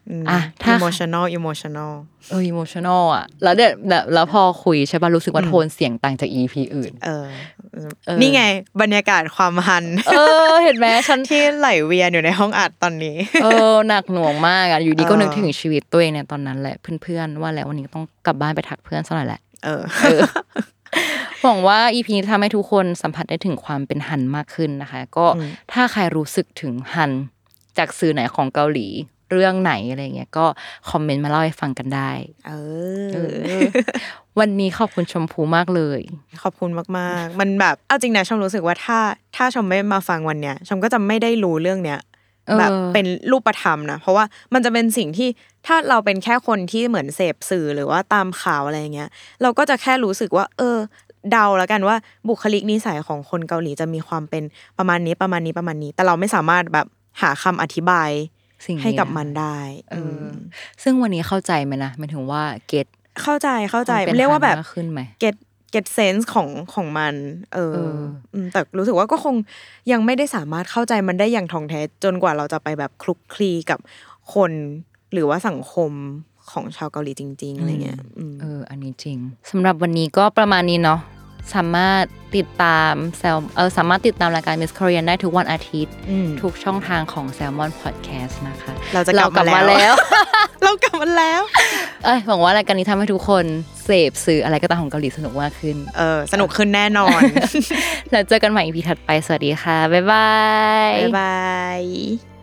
S3: อ่ะถ้า
S4: emotional emotional
S3: เออ emotional อ่ะแล้วเดี๋ยวแล้วพอคุยใช่ป่ะรู้สึกว่าโทนเสียงต่างจาก อี พี อื่น
S4: เออนี่ไงบรรยากาศความฮัน
S3: เออเห็นไหมฉัน
S4: ที่ไหลเวียนอยู่ในห้องอัดตอนนี้
S3: เออหนักหน่วงมากอ่ะอยู่ดีก็นึกถึงชีวิตตัวเองเนี่ยตอนนั้นแหละเพื่อนๆว่าแล้ววันนี้ต้องกลับบ้านไปทักเพื่อนซะหน่อยแหละ
S4: เออ
S3: หวังว่า อี พี นี้ทำให้ทุกคนสัมผัสได้ถึงความเป็นฮันมากขึ้นนะคะก็ถ้าใครรู้สึกถึงฮันจากสื่อไหนของเกาหลีเรื่องไหนอะไรเงี้ยก็คอมเมนต์มาเล่าให้ฟังกันได้
S4: เออ
S3: วันนี้ขอบคุณชมพูมากเลย
S4: ขอบคุณมากๆมันแบบเอาจริงนะชมรู้สึกว่าถ้าถ้าชมไม่มาฟังวันเนี้ยชมก็จะไม่ได้รู้เรื่องเนี้ยแบบเป็นรูปธรรมนะเพราะว่ามันจะเป็นสิ่งที่ถ้าเราเป็นแค่คนที่เหมือนเสพสื่อหรือว่าตามข่าวอะไรเงี้ยเราก็จะแค่รู้สึกว่าเออเดาแล้วกันว่าบุคลิกนิสัยของคนเกาหลีจะมีความเป็นประมาณนี้ประมาณนี้ประมาณนี้แต่เราไม่สามารถแบบหาคำอธิบายให้กับมันได้
S3: เออซึ่งวันนี้เข้าใจไหมนะหมายถึงว่าเก็ต
S4: เข้าใจเข้าใจเรียกว่าแบบเก็ตเก็ตเซนส์ของของมันเออแต่รู้สึกว่าก็คงยังไม่ได้สามารถเข้าใจมันได้อย่างท่องแท้จนกว่าเราจะไปแบบคลุกคลีกับคนหรือว่าสังคมของชาวเกาหลีจริงๆอะไรเงี้ย
S3: เอออันนี้จริงสำหรับวันนี้ก็ประมาณนี้เนาะสามารถติดตามแซลเออสามารถติดตามรายการ Miss Korean ได้ทุกวันอาทิตย์ทุกช่องทางของ Salmon Podcast นะคะ
S4: เราจะกลับมาแล้วเรากลับมาแล้ว
S3: เอ้ยหวังว่ารายการนี้ทำให้ทุกคนเสพสื่ออะไรก็ตามของเกาหลีสนุกมากขึ้น
S4: เออสนุกขึ้นแน่นอน
S3: แล้วเจอกันใหม่ อี พี ถัดไปสวัสดีค่ะบ๊ายบาย
S4: บ๊ายบาย